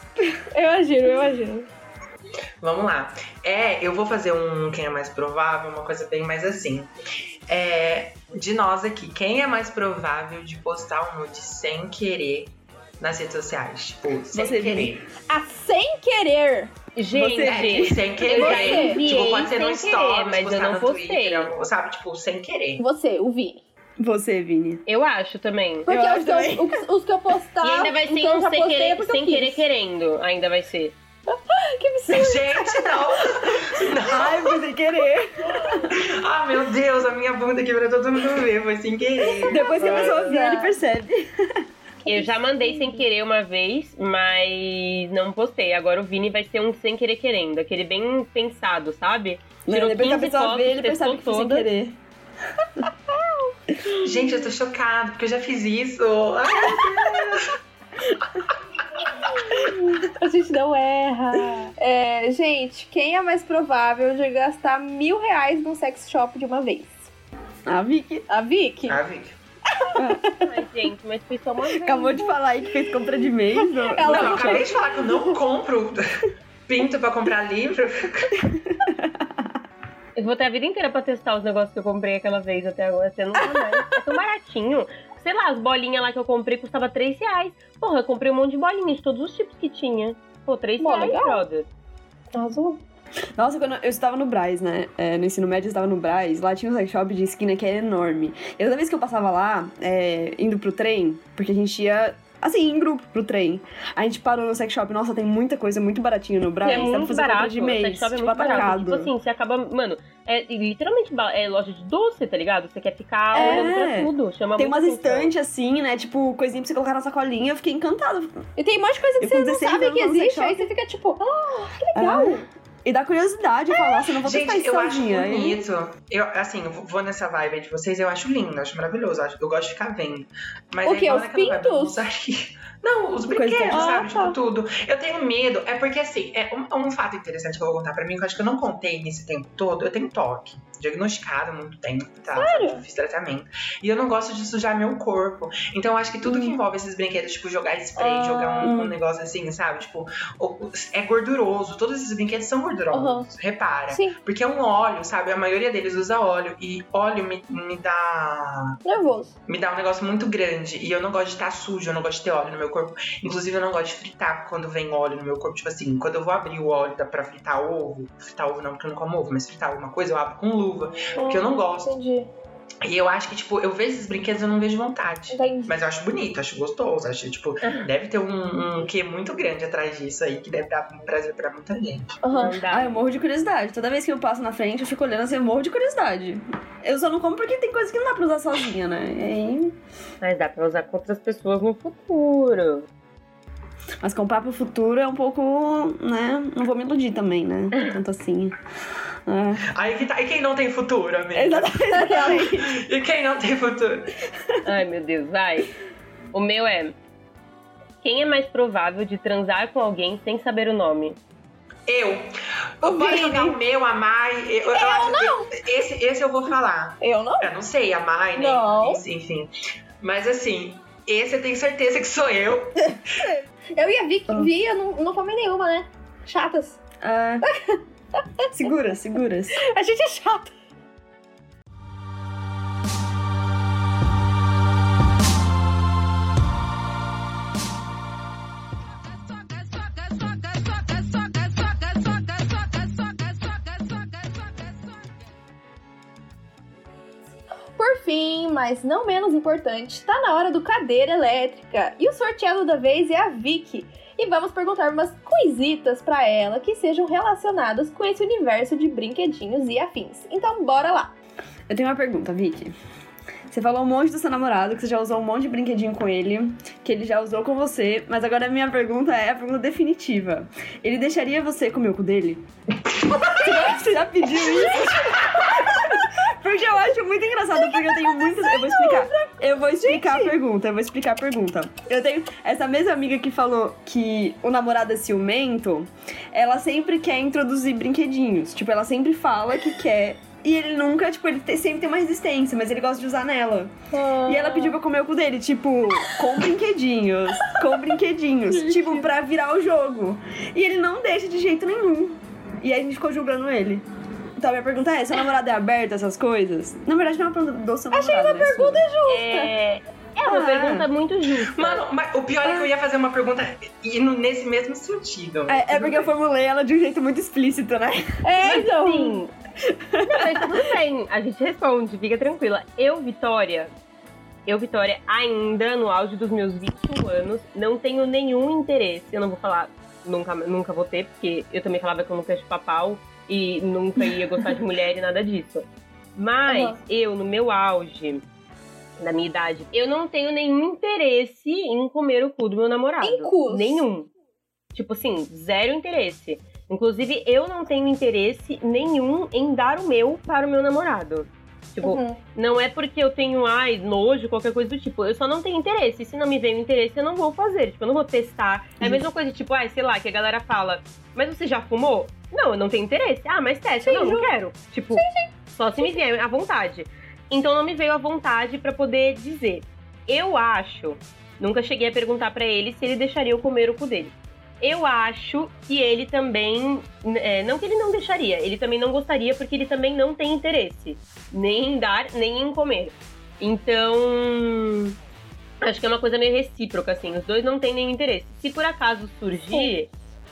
Eu imagino, eu imagino. Vamos lá. É, eu vou fazer um quem é mais provável, uma coisa bem mais assim. É, de nós aqui, quem é mais provável de postar um nude sem querer nas redes sociais? Tipo, sem Você, querer. Vini. Ah, sem querer. Gente, Você- É, tipo, sem Você. querer. enviei Tipo, pode ser no sem stories, querer, mas eu postar não no postei. Twitter, sabe? Tipo, sem querer. Você, o Vini. Você, Vini. eu acho também. Porque Eu os acho que, eu, também. os, os que eu postar. E ainda vai os que ser eu um já sem postei é querer, porque sem eu quis. querer querendo. Ainda vai ser. Que absurdo. Gente, não! Não! Ai, foi sem querer. Ah, meu Deus, a minha bunda aqui pra todo mundo ver, foi sem querer. Depois que a pessoa vê, Nossa. ele percebe. Eu já mandei sem querer uma vez, mas não postei. Agora o Vini vai ser um sem querer querendo. Aquele bem pensado, sabe? Né? Depois que a pessoa vê, ele testou percebe que foi sem todas. querer. Gente, eu tô chocada, porque eu já fiz isso. Ai, meu Deus. A gente não erra. É, gente, quem é mais provável de gastar mil reais num sex shop de uma vez? A Vicky A Vicky? Ah, Vicky. Ai, gente, mas foi só uma vez. acabou de falar aí que fez compra de mês. No... Ela- Não, eu acabei de falar que eu não compro pinto pra comprar livro. Eu vou ter a vida inteira pra testar os negócios que eu comprei aquela vez até agora. Você não dá mais. É tão baratinho. Sei lá, as bolinhas lá que eu comprei custava três reais. Porra, eu comprei um monte de bolinhas de todos os tipos que tinha. Pô, três Bom, reais, legal. brother. Arrasou. Nossa, quando eu estava no Brás, né? É, no ensino médio eu estava no Brás, lá tinha um sex shop de esquina que era enorme. E toda vez que eu passava lá, é, indo pro trem, porque a gente ia, assim, em grupo pro trem, a gente parou no sex shop, nossa, tem muita coisa muito baratinha no Brás, É dá pra muito fazer compra barato. de O mês, sex shop é tipo, muito barato. atacado. Tipo assim, você acaba... Mano, é literalmente ba- é loja de doce, tá ligado? Você quer ficar É. olhando pra tudo. Chama Tem muita umas atenção. estantes assim, né? Tipo, coisinha pra você colocar na sacolinha. Eu fiquei encantada. E tem um monte de coisa que Eu você com não dezesseis sabe anos que no sex existe, shop. aí você fica tipo, ah, que legal. É. E dá curiosidade, eu falo, nossa, eu não vou testar Gente, isso eu acho sozinha. Aí- bonito. Eu, assim, eu vou nessa vibe aí de vocês, eu acho lindo, eu acho maravilhoso. Eu, acho- eu gosto de ficar vendo. Mas O aí, quê? quando Os é aquela vibe, eu pintos? usaria. Não, os Coisa brinquedos, de- sabe? Ah, Tipo, tá. tudo. Eu tenho medo, é porque assim, é um, um fato interessante que eu vou contar pra mim, que eu acho que eu não contei nesse tempo todo. Eu tenho toque, diagnosticado há muito tempo, tá? Sabe? Eu fiz tratamento. E eu não gosto de sujar meu corpo. Então eu acho que tudo que envolve esses brinquedos, tipo, jogar spray, Ah. jogar um, um negócio assim, sabe? Tipo, o- é gorduroso. Todos esses brinquedos são gordurosos. Repara. Sim, Porque é um óleo, sabe? A maioria deles usa óleo. E óleo me, me dá. nervoso. Me dá um negócio muito grande. E eu não gosto de estar sujo, eu não gosto de ter óleo no meu corpo. Inclusive, eu não gosto de fritar quando vem óleo no meu corpo. Tipo assim, quando eu vou abrir o óleo dá pra fritar ovo. Fritar ovo não, porque eu não como ovo, mas fritar alguma coisa eu abro com luva. Porque eu não gosto. Entendi, E eu acho que, tipo, eu vejo esses brinquedos e eu não vejo vontade. entendi. Mas eu acho bonito, acho gostoso. Acho, tipo, deve ter um, um quê muito grande atrás disso aí, que deve dar um prazer pra muita gente. Aham. Não dá. Ah, eu morro de curiosidade. Toda vez que eu passo na frente, eu fico olhando assim, eu morro de curiosidade. Eu só não como porque tem coisa que não dá pra usar sozinha, né? E aí... Mas dá pra usar com outras pessoas no futuro. Mas comprar pro futuro é um pouco, né? Não vou me iludir também, né? Tanto assim. É. Aí que tá. E quem não tem futuro, amiga? Exatamente. E quem não tem futuro? Ai, meu Deus, vai. O meu é... Quem é mais provável de transar com alguém sem saber o nome? Eu. Eu posso jogar o meu, a Mai. Eu, eu, eu não. Esse, esse eu vou falar. Eu não? Eu não sei, a Mai, né? Não. Isso, enfim. Mas assim, esse eu tenho certeza que sou eu. Eu e a Vicky, Vi, eu não, não comi nenhuma, né? Chatas. É. Segura, seguras. A gente é chata. Por fim, mas não menos importante, tá na hora do Cadeira Elétrica. E o sorteado da vez é a Vicky. E vamos perguntar umas coisitas pra ela que sejam relacionadas com esse universo de brinquedinhos e afins. Então, bora lá. Eu tenho uma pergunta, Vicky. Você falou um monte do seu namorado, que você já usou um monte de brinquedinho com ele, que ele já usou com você, mas agora a minha pergunta é a pergunta definitiva. Ele deixaria você comer o cu dele? Você já pediu isso? Porque eu acho muito engraçado, porque eu tenho muitas... Eu vou explicar. Eu vou explicar a pergunta, eu vou explicar a pergunta. Eu tenho essa mesma amiga que falou que o namorado é ciumento, ela sempre quer introduzir brinquedinhos. Tipo, ela sempre fala que quer E ele nunca, tipo, ele te- sempre tem uma resistência, mas ele gosta de usar nela. Ah. E ela pediu pra comer o cu dele, tipo, com brinquedinhos, com brinquedinhos, tipo, pra virar o jogo. E ele não deixa de jeito nenhum. E aí a gente ficou julgando ele. Então a minha pergunta é, seu namorado é aberto a essas coisas? Na verdade não é uma pergunta do seu namorado. Achei que a né? pergunta é justa. É, é uma Ah. pergunta muito justa. Mano, mas o pior é que eu ia fazer uma pergunta indo nesse mesmo sentido. É, é porque eu formulei ela de um jeito muito explícito, né? É, então. Sim. Não, mas tá tudo bem. A gente responde, fica tranquila. Eu, Vitória, eu, Vitória, ainda no auge dos meus vinte e um anos, não tenho nenhum interesse. Eu não vou falar, nunca, nunca vou ter, porque eu também falava que eu nunca ia chupar pau e nunca ia gostar de mulher e nada disso. Mas Uhum. eu, no meu auge, na minha idade, eu não tenho nenhum interesse em comer o cu do meu namorado. Em cus? Nenhum. Tipo assim, zero interesse. Inclusive, eu não tenho interesse nenhum em dar o meu para o meu namorado. Tipo, Uhum. não é porque eu tenho, ai, nojo, qualquer coisa do tipo. Eu só não tenho interesse. Se não me vem o interesse, eu não vou fazer. Tipo, eu não vou testar. É a mesma coisa, tipo, ai, sei lá, que a galera fala, mas você já fumou? Não, eu não tenho interesse. Ah, mas testa. Não, não quero. Tipo, só se me vier à vontade. Então não me veio à vontade pra poder dizer. Eu acho, nunca cheguei a perguntar pra ele se ele deixaria eu comer o cu dele. Eu acho que ele também, é, não que ele não deixaria, ele também não gostaria porque ele também não tem interesse, nem em dar, nem em comer. Então, acho que é uma coisa meio recíproca, assim, os dois não têm nenhum interesse. Se por acaso surgir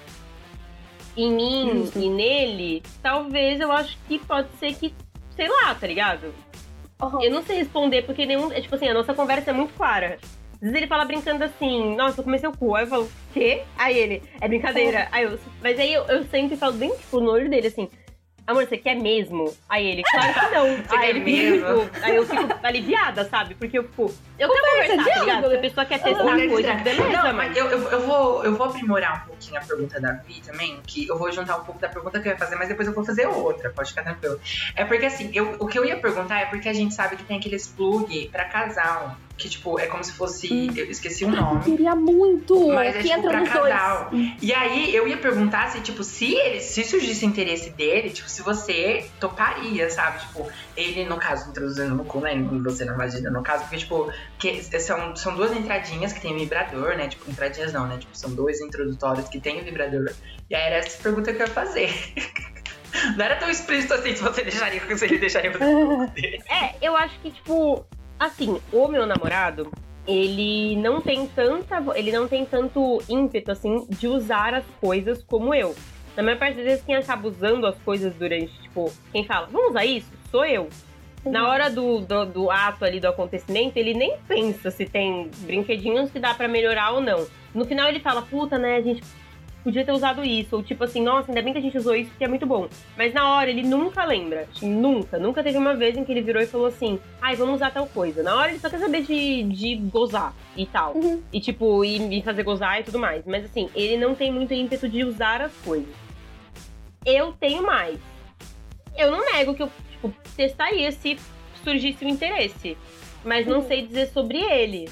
em mim e nele, talvez eu acho que pode ser que, sei lá, tá ligado? Uhum. Eu não sei responder porque nenhum, é, tipo assim, a nossa conversa é muito clara. Às vezes ele fala brincando assim, nossa, eu comecei o cu. Aí eu falo, quê? Aí ele, é brincadeira. Aí eu, mas aí eu, eu sempre falo bem, tipo, no olho dele, assim, amor, você quer mesmo? Aí ele, claro que não. Você aí quer ele mesmo? fica, aí eu fico aliviada, sabe? Porque eu fico, eu quero conversar, tá diálogo, ligado? Se né? a pessoa quer testar Uhum. coisa, beleza, Não, mas... mas eu, eu, eu, vou, eu vou aprimorar um pouquinho a pergunta da Vi também, que eu vou juntar um pouco da pergunta que eu ia fazer, mas depois eu vou fazer outra, pode ficar tranquilo. É porque assim, eu, o que eu ia perguntar é porque a gente sabe que tem aqueles plug pra casal, que tipo, é como se fosse, Hum. eu esqueci o nome. Queria muito Mas é que tipo entra pra nos casal. dois. E aí eu ia perguntar se, tipo, se ele, se surgisse interesse dele, tipo, se você toparia, sabe? Tipo, ele, no caso, introduzindo no cu, né? E você na vagina, no caso, porque, tipo, que são, são duas entradinhas que tem vibrador, né? Tipo, entradinhas não, né? Tipo, são dois introdutórios que tem o vibrador. E aí era essa pergunta que eu ia fazer. Não era tão explícito assim se você deixaria, se ele deixaria você no cu dele. É, eu acho que, tipo, assim, o meu namorado, ele não tem tanta, ele não tem tanto ímpeto, assim, de usar as coisas como eu. Na maior parte das vezes, quem acaba usando as coisas durante, tipo, quem fala, vamos usar isso? Sou eu. Na hora do, do, do ato ali, do acontecimento, ele nem pensa se tem brinquedinhos que dá pra melhorar ou não. No final ele fala, puta, né, a gente podia ter usado isso. Ou tipo assim, nossa, ainda bem que a gente usou isso porque é muito bom. Mas na hora ele nunca lembra. Nunca. Nunca teve uma vez em que ele virou e falou assim, ai, vamos usar tal coisa. Na hora ele só quer saber de, de gozar e tal. Uhum. E tipo, e, e fazer gozar e tudo mais. Mas assim, ele não tem muito ímpeto de usar as coisas. Eu tenho mais. Eu não nego que eu, tipo, testaria se surgisse o interesse. Mas não sei dizer sobre ele.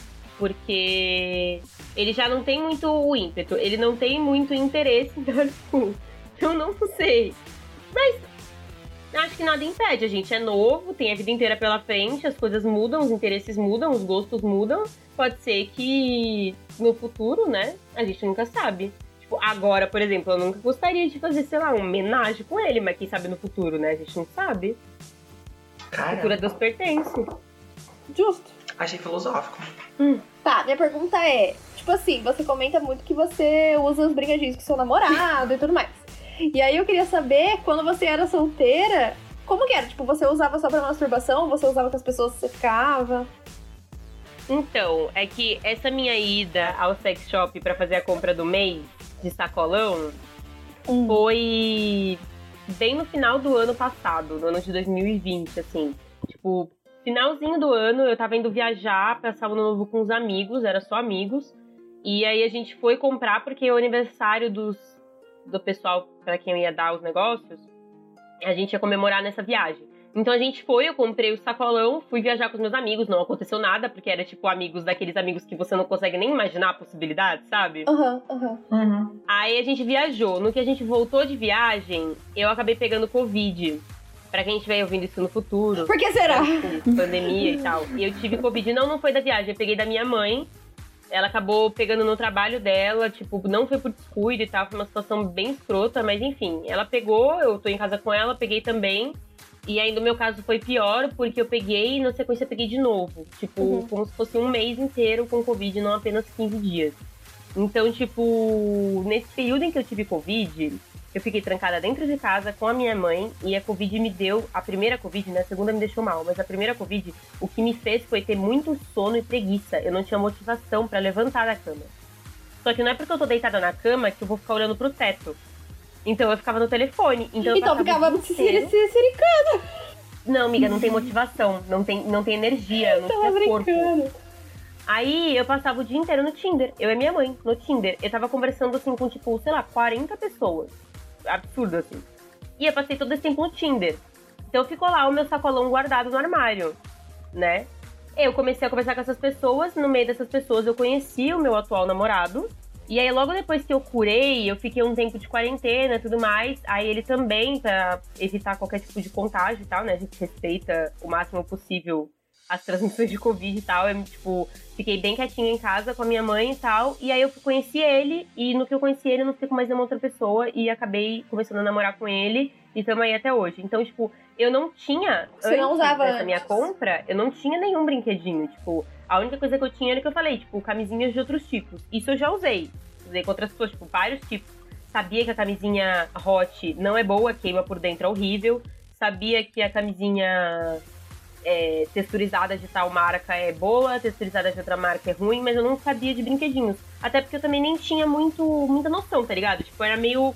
Porque ele já não tem muito o ímpeto. Ele não tem muito interesse em dar cu. Eu não sei. Mas acho que nada impede. A gente é novo, tem a vida inteira pela frente, as coisas mudam, os interesses mudam, os gostos mudam. Pode ser que no futuro, né, a gente nunca sabe. Tipo, agora, por exemplo, eu nunca gostaria de fazer, sei lá, uma homenagem com ele, mas quem sabe no futuro, né? A gente não sabe. Cara, A cultura Deus pertence. Justo. achei filosófico. Tá, minha pergunta é, tipo assim, você comenta muito que você usa os brinquedinhos com seu namorado e tudo mais. E aí eu queria saber, quando você era solteira, como que era? Tipo, você usava só pra masturbação? Você usava com as pessoas que você ficava? Então, é que essa minha ida ao sex shop pra fazer a compra do mês de sacolão Hum. foi bem no final do ano passado, no ano de dois mil e vinte, assim. Tipo, finalzinho do ano, eu tava indo viajar, passar o ano novo com os amigos, era só amigos. E aí a gente foi comprar, porque o aniversário dos, do pessoal pra quem eu ia dar os negócios, a gente ia comemorar nessa viagem. Então a gente foi, eu comprei o sacolão, fui viajar com os meus amigos, não aconteceu nada, porque era tipo amigos daqueles amigos que você não consegue nem imaginar a possibilidade, sabe? Aham, aham. Uhum. Aí a gente viajou. No que a gente voltou de viagem, eu acabei pegando Covid. Pra quem estiver ouvindo isso no futuro. Por que será? Pandemia e tal. E eu tive Covid. Não, não foi da viagem. Eu peguei da minha mãe. Ela acabou pegando no trabalho dela. Tipo, não foi por descuido e tal. Foi uma situação bem escrota. Mas enfim, ela pegou. Eu tô em casa com ela. Peguei também. E aí, no meu caso, foi pior. Porque eu peguei e, na sequência, eu peguei de novo. Tipo, uhum. como se fosse um mês inteiro com Covid. Não apenas quinze dias. Então, tipo, nesse período em que eu tive Covid... Eu fiquei trancada dentro de casa com a minha mãe e a Covid me deu... A primeira Covid, né? A segunda me deixou mal. Mas a primeira Covid, o que me fez foi ter muito sono e preguiça. Eu não tinha motivação pra levantar da cama. Só que não é porque eu tô deitada na cama que eu vou ficar olhando pro teto. Então eu ficava no telefone. Então, eu então ficava se sericando. Não, amiga, não tem motivação. Não tem, não tem energia, não tem corpo. Aí eu passava o dia inteiro no Tinder. Eu e minha mãe, no Tinder. Eu tava conversando assim com, tipo, sei lá, quarenta pessoas. Absurdo, assim. E eu passei todo esse tempo no Tinder. Então ficou lá o meu sacolão guardado no armário, né? Eu comecei a conversar com essas pessoas. No meio dessas pessoas eu conheci o meu atual namorado. E aí logo depois que eu curei, eu fiquei um tempo de quarentena e tudo mais. Aí ele também, pra evitar qualquer tipo de contágio e tal, né? A gente respeita o máximo possível as transmissões de Covid e tal. Eu, tipo, fiquei bem quietinha em casa com a minha mãe e tal. E aí eu conheci ele, e no que eu conheci ele, eu não fiquei com mais nenhuma outra pessoa. E acabei começando a namorar com ele, e tamo aí até hoje. Então, tipo, eu não tinha, Você antes não usava dessa antes. minha compra, eu não tinha nenhum brinquedinho. Tipo, a única coisa que eu tinha era o que eu falei, tipo, camisinhas de outros tipos. Isso eu já usei. Usei com outras pessoas, tipo, vários tipos. Sabia que a camisinha hot não é boa, queima por dentro, é horrível. Sabia que a camisinha... É, texturizada de tal marca é boa, texturizada de outra marca é ruim, mas eu não sabia de brinquedinhos. Até porque eu também nem tinha muito, muita noção, tá ligado? Tipo, era meio...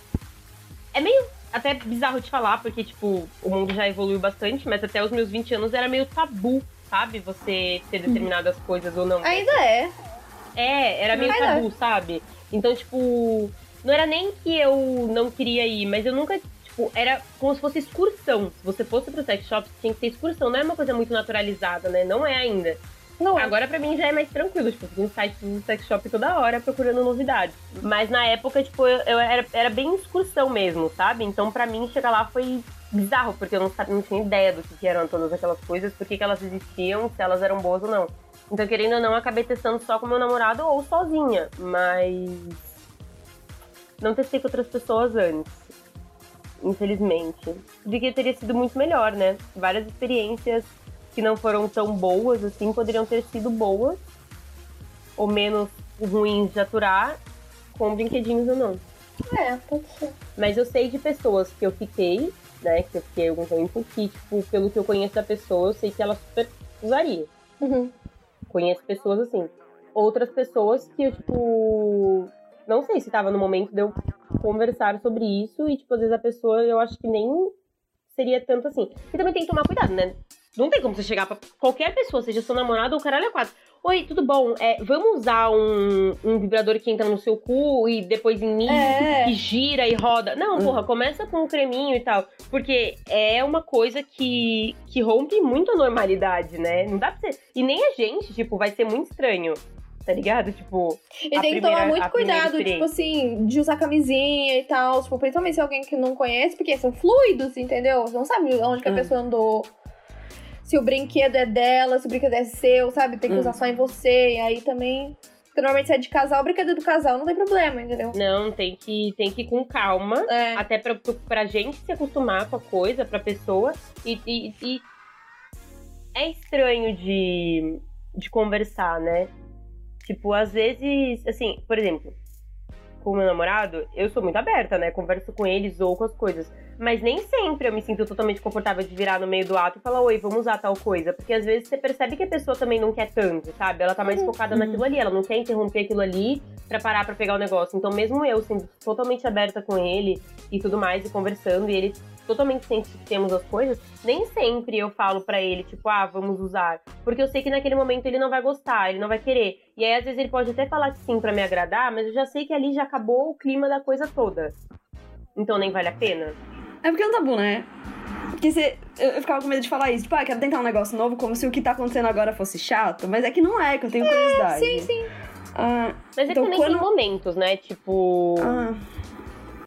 É meio até bizarro de falar, porque, tipo, o mundo já evoluiu bastante, mas até os meus vinte anos era meio tabu, sabe? Você ter determinadas coisas ou não. Ainda é. É, era meio Ainda tabu, é. sabe? Então, tipo, não era nem que eu não queria ir, mas eu nunca... Tipo, era como se fosse excursão. Se você fosse pro sex shop, tinha que ser excursão. Não é uma coisa muito naturalizada, né? Não é ainda. Não é. Agora, pra mim, já é mais tranquilo. Tipo, eu fico no site do sex shop toda hora procurando novidades. Mas na época, tipo, eu, eu era, era bem excursão mesmo, sabe? Então, pra mim, chegar lá foi bizarro. Porque eu não, sabia, não tinha ideia do que, que eram todas aquelas coisas. Por que, que elas existiam, se elas eram boas ou não. Então, querendo ou não, eu acabei testando só com meu namorado ou sozinha. Mas... não testei com outras pessoas antes. Infelizmente. Porque teria sido muito melhor, né? Várias experiências que não foram tão boas, assim, poderiam ter sido boas. Ou menos ruins de aturar, com brinquedinhos ou não. É, pode ser. Mas eu sei de pessoas que eu fiquei, né? Que eu fiquei algum tempo, que, tipo, pelo que eu conheço da pessoa, eu sei que ela super usaria. Uhum. Conheço pessoas assim. Outras pessoas que eu, tipo... não sei se tava no momento de eu conversar sobre isso e, tipo, às vezes a pessoa, eu acho que nem seria tanto assim. E também tem que tomar cuidado, né? Não tem como você chegar pra qualquer pessoa, seja seu namorado ou caralho a quatro. Oi, tudo bom? É, vamos usar um, um vibrador que entra no seu cu e depois em mim, É. que gira e roda. Não, porra, começa com um creminho e tal. Porque é uma coisa que, que rompe muito a normalidade, né? Não dá pra ser... E nem a gente, tipo, vai ser muito estranho. Tá ligado? Tipo. E tem que primeira, tomar muito cuidado, experiência. tipo assim, de usar camisinha e tal. Tipo, principalmente se é alguém que não conhece, porque são fluidos, entendeu? Você não sabe onde que a Hum. pessoa andou. Se o brinquedo é dela, se o brinquedo é seu, sabe? Tem que Hum. usar só em você. E aí também. Porque normalmente se é de casal, o brinquedo é do casal, não tem problema, entendeu? Não, tem que, tem que ir com calma. É. Até pra, pra gente se acostumar com a coisa, pra pessoa. E, e, e é estranho de, de conversar, né? Tipo, às vezes, assim, por exemplo, com o meu namorado, eu sou muito aberta, né? Converso com eles ou com as coisas. Mas nem sempre eu me sinto totalmente confortável de virar no meio do ato e falar, oi, vamos usar tal coisa. Porque às vezes você percebe que a pessoa também não quer tanto, sabe? Ela tá mais focada naquilo ali, ela não quer interromper aquilo ali pra parar pra pegar o negócio. Então mesmo eu sendo totalmente aberta com ele e tudo mais, e conversando, e ele totalmente ciente que temos as coisas, nem sempre eu falo pra ele, tipo, ah, vamos usar. Porque eu sei que naquele momento ele não vai gostar, ele não vai querer. E aí às vezes ele pode até falar que sim pra me agradar, mas eu já sei que ali já acabou o clima da coisa toda. Então nem vale a pena. É porque é um tabu, né? Porque você, eu, eu ficava com medo de falar isso. Tipo, ah, quero tentar um negócio novo, como se o que tá acontecendo agora fosse chato. Mas é que não é, que eu tenho curiosidade. Sim, sim. Ah, Mas é então, que também quando... tem momentos, né? Tipo... Ah,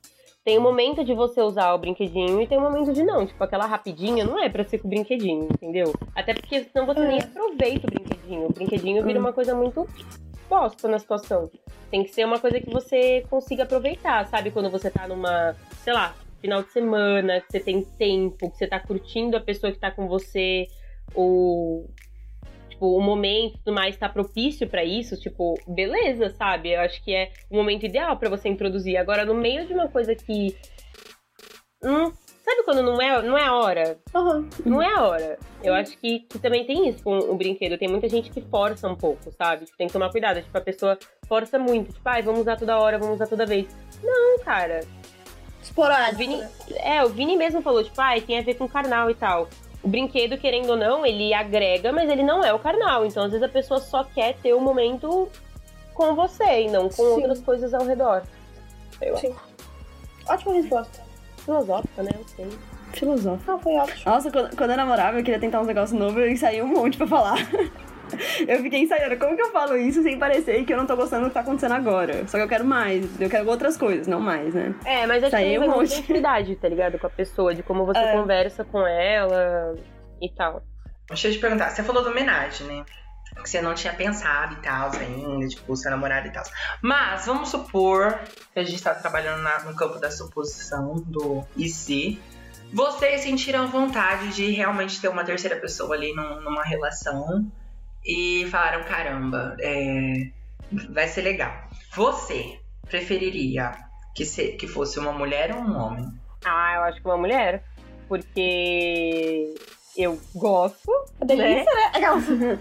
Tem um momento de você usar o brinquedinho e tem um momento de não. Tipo, aquela rapidinha não é pra ser com o brinquedinho, entendeu? Até porque senão você nem aproveita o brinquedinho. O brinquedinho vira uma coisa muito bosta na situação. Tem que ser uma coisa que você consiga aproveitar, sabe? Quando você tá numa, sei lá, final de semana, que você tem tempo, que você tá curtindo a pessoa que tá com você, ou... Tipo, o momento e tudo mais tá propício pra isso, tipo, beleza, sabe? Eu acho que é o momento ideal pra você introduzir. Agora, no meio de uma coisa que... Hum, sabe quando não é, não é a hora? Uhum. Não é a hora. Eu acho que, que também tem isso com o brinquedo. Tem muita gente que força um pouco, sabe? Tipo, tem que tomar cuidado. Tipo, a pessoa força muito. Tipo, ai, vamos usar toda hora, vamos usar toda vez. Não, cara. Esporádico. O Vini, é, o Vini mesmo falou, tipo, ai, tem a ver com carnal e tal. O brinquedo, querendo ou não, ele agrega, mas ele não é o carnal. Então, às vezes, a pessoa só quer ter o momento com você e não com Sim. outras coisas ao redor. Eu Sim. Ótima resposta. Filosófica, né? Eu sei. Filosófica. Não, foi ótimo. Nossa, quando, quando eu namorava, eu queria tentar uns negócios novos e ensaiei um monte pra falar. Eu fiquei ensaiando, como que eu falo isso sem parecer que eu não tô gostando do que tá acontecendo agora? Só que eu quero mais, eu quero outras coisas, não mais, né? É, mas acho que Ensaiei tem um um monte. de intimidade, tá ligado? Com a pessoa, de como você É. conversa com ela e tal. Deixa eu te perguntar, você falou do homenagem, né? Que você não tinha pensado e tal ainda, tipo, seu namorado e tal. Mas vamos supor que a gente tá trabalhando na- no campo da suposição, do e se vocês sentiram vontade de realmente ter uma terceira pessoa ali num- numa relação e falaram, caramba, é, vai ser legal. Você preferiria que, se- que fosse uma mulher ou um homem? Ah, eu acho que uma mulher. Porque eu gosto, É delícia, né?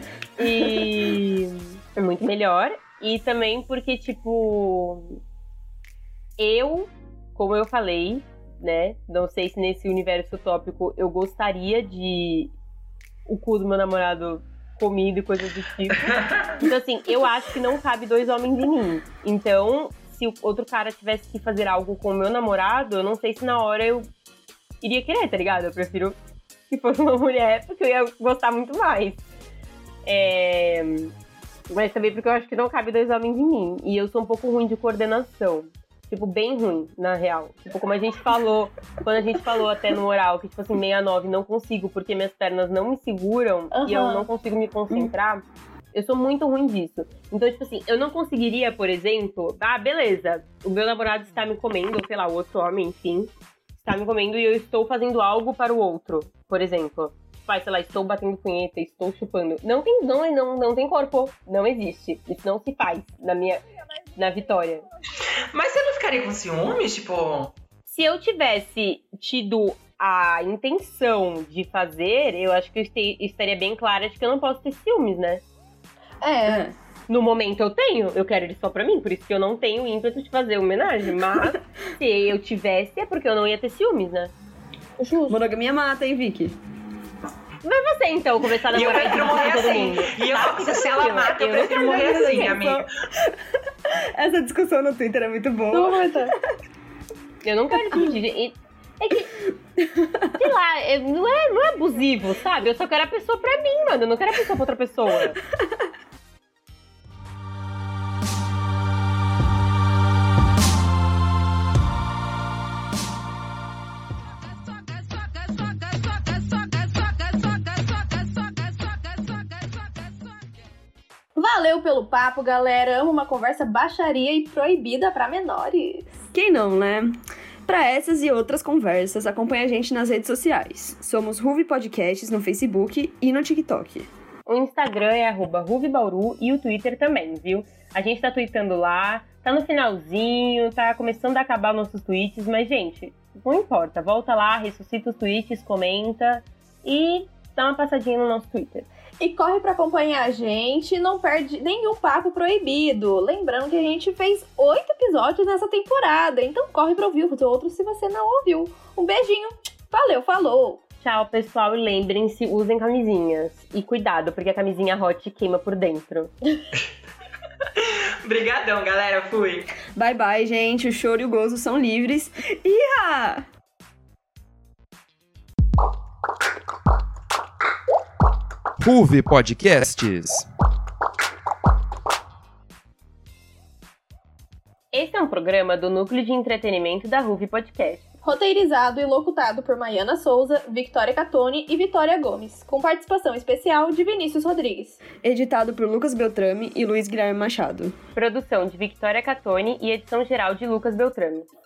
e é muito melhor. E também porque, tipo, eu, como eu falei, né? Não sei se nesse universo utópico eu gostaria de o cu do meu namorado comido e coisas do tipo. Então, assim, eu acho que não cabe dois homens em mim. Então, se o outro cara tivesse que fazer algo com o meu namorado, eu não sei se na hora eu iria querer, tá ligado? Eu prefiro que fosse uma mulher, porque eu ia gostar muito mais. É... Mas também porque eu acho que não cabe dois homens em mim. E eu sou um pouco ruim de coordenação. Tipo, bem ruim, na real. Tipo, como a gente falou, quando a gente falou até no oral, que tipo assim, sessenta e nove não consigo porque minhas pernas não me seguram Uhum. e eu não consigo me concentrar. Eu sou muito ruim disso. Então, tipo assim, eu não conseguiria, por exemplo, ah, beleza, o meu namorado está me comendo, ou sei lá, o outro homem, enfim, está me comendo e eu estou fazendo algo para o outro, por exemplo. Pai, sei lá, estou batendo punheta, estou chupando. Não tem, não, não, não tem corpo, não existe. Isso não se faz na minha, na Vitória. Mas você não ficaria com ciúmes, tipo... Se eu tivesse tido a intenção de fazer, eu acho que eu este- estaria bem clara de que eu não posso ter ciúmes, né? É. No momento eu tenho, eu quero ele só pra mim, por isso que eu não tenho ímpeto de fazer homenagem. Mas se eu tivesse, é porque eu não ia ter ciúmes, né? Justo. Monogamia mata, hein, Vicky? Vai você, então, começar a E eu namorar prefiro com morrer todo assim. mundo. E eu, Tá? se ela mata, eu Eu não prefiro quero morrer fazer assim, isso. amiga. Essa discussão no Twitter é muito boa. Não vai ter. Eu não quero dividir. E- É que, sei lá, é- não é, não é abusivo, sabe? Eu só quero a pessoa pra mim, mano. Eu não quero a pessoa pra outra pessoa. Valeu pelo papo, galera. Amo uma conversa baixaria e proibida pra menores. Quem não, né? Para essas e outras conversas, acompanhe a gente nas redes sociais. Somos Ruve Podcasts no Facebook e no TikTok. O Instagram é arroba ruvebauru e o Twitter também, viu? A gente tá tweetando lá, tá no finalzinho, tá começando a acabar nossos tweets, mas, gente, não importa. Volta lá, ressuscita os tweets, comenta e dá uma passadinha no nosso Twitter. E corre pra acompanhar a gente, não perde nenhum papo proibido. Lembrando que a gente fez oito episódios nessa temporada, então corre pra ouvir os outros se você não ouviu. Um beijinho, valeu, falou! Tchau, pessoal, e lembrem-se, usem camisinhas. E cuidado, porque a camisinha hot queima por dentro. Obrigadão, galera. Fui. Bye bye, gente. O choro e o gozo são livres. Iha! Ruve Podcasts. Esse é um programa do Núcleo de Entretenimento da Ruve Podcast. Roteirizado e locutado por Maiana Souza, Victoria Catone e Vitória Gomes, com participação especial de Vinícius Rodrigues. Editado por Lucas Beltrame e Luiz Guilherme Machado. Produção de Victoria Catone e edição geral de Lucas Beltrame.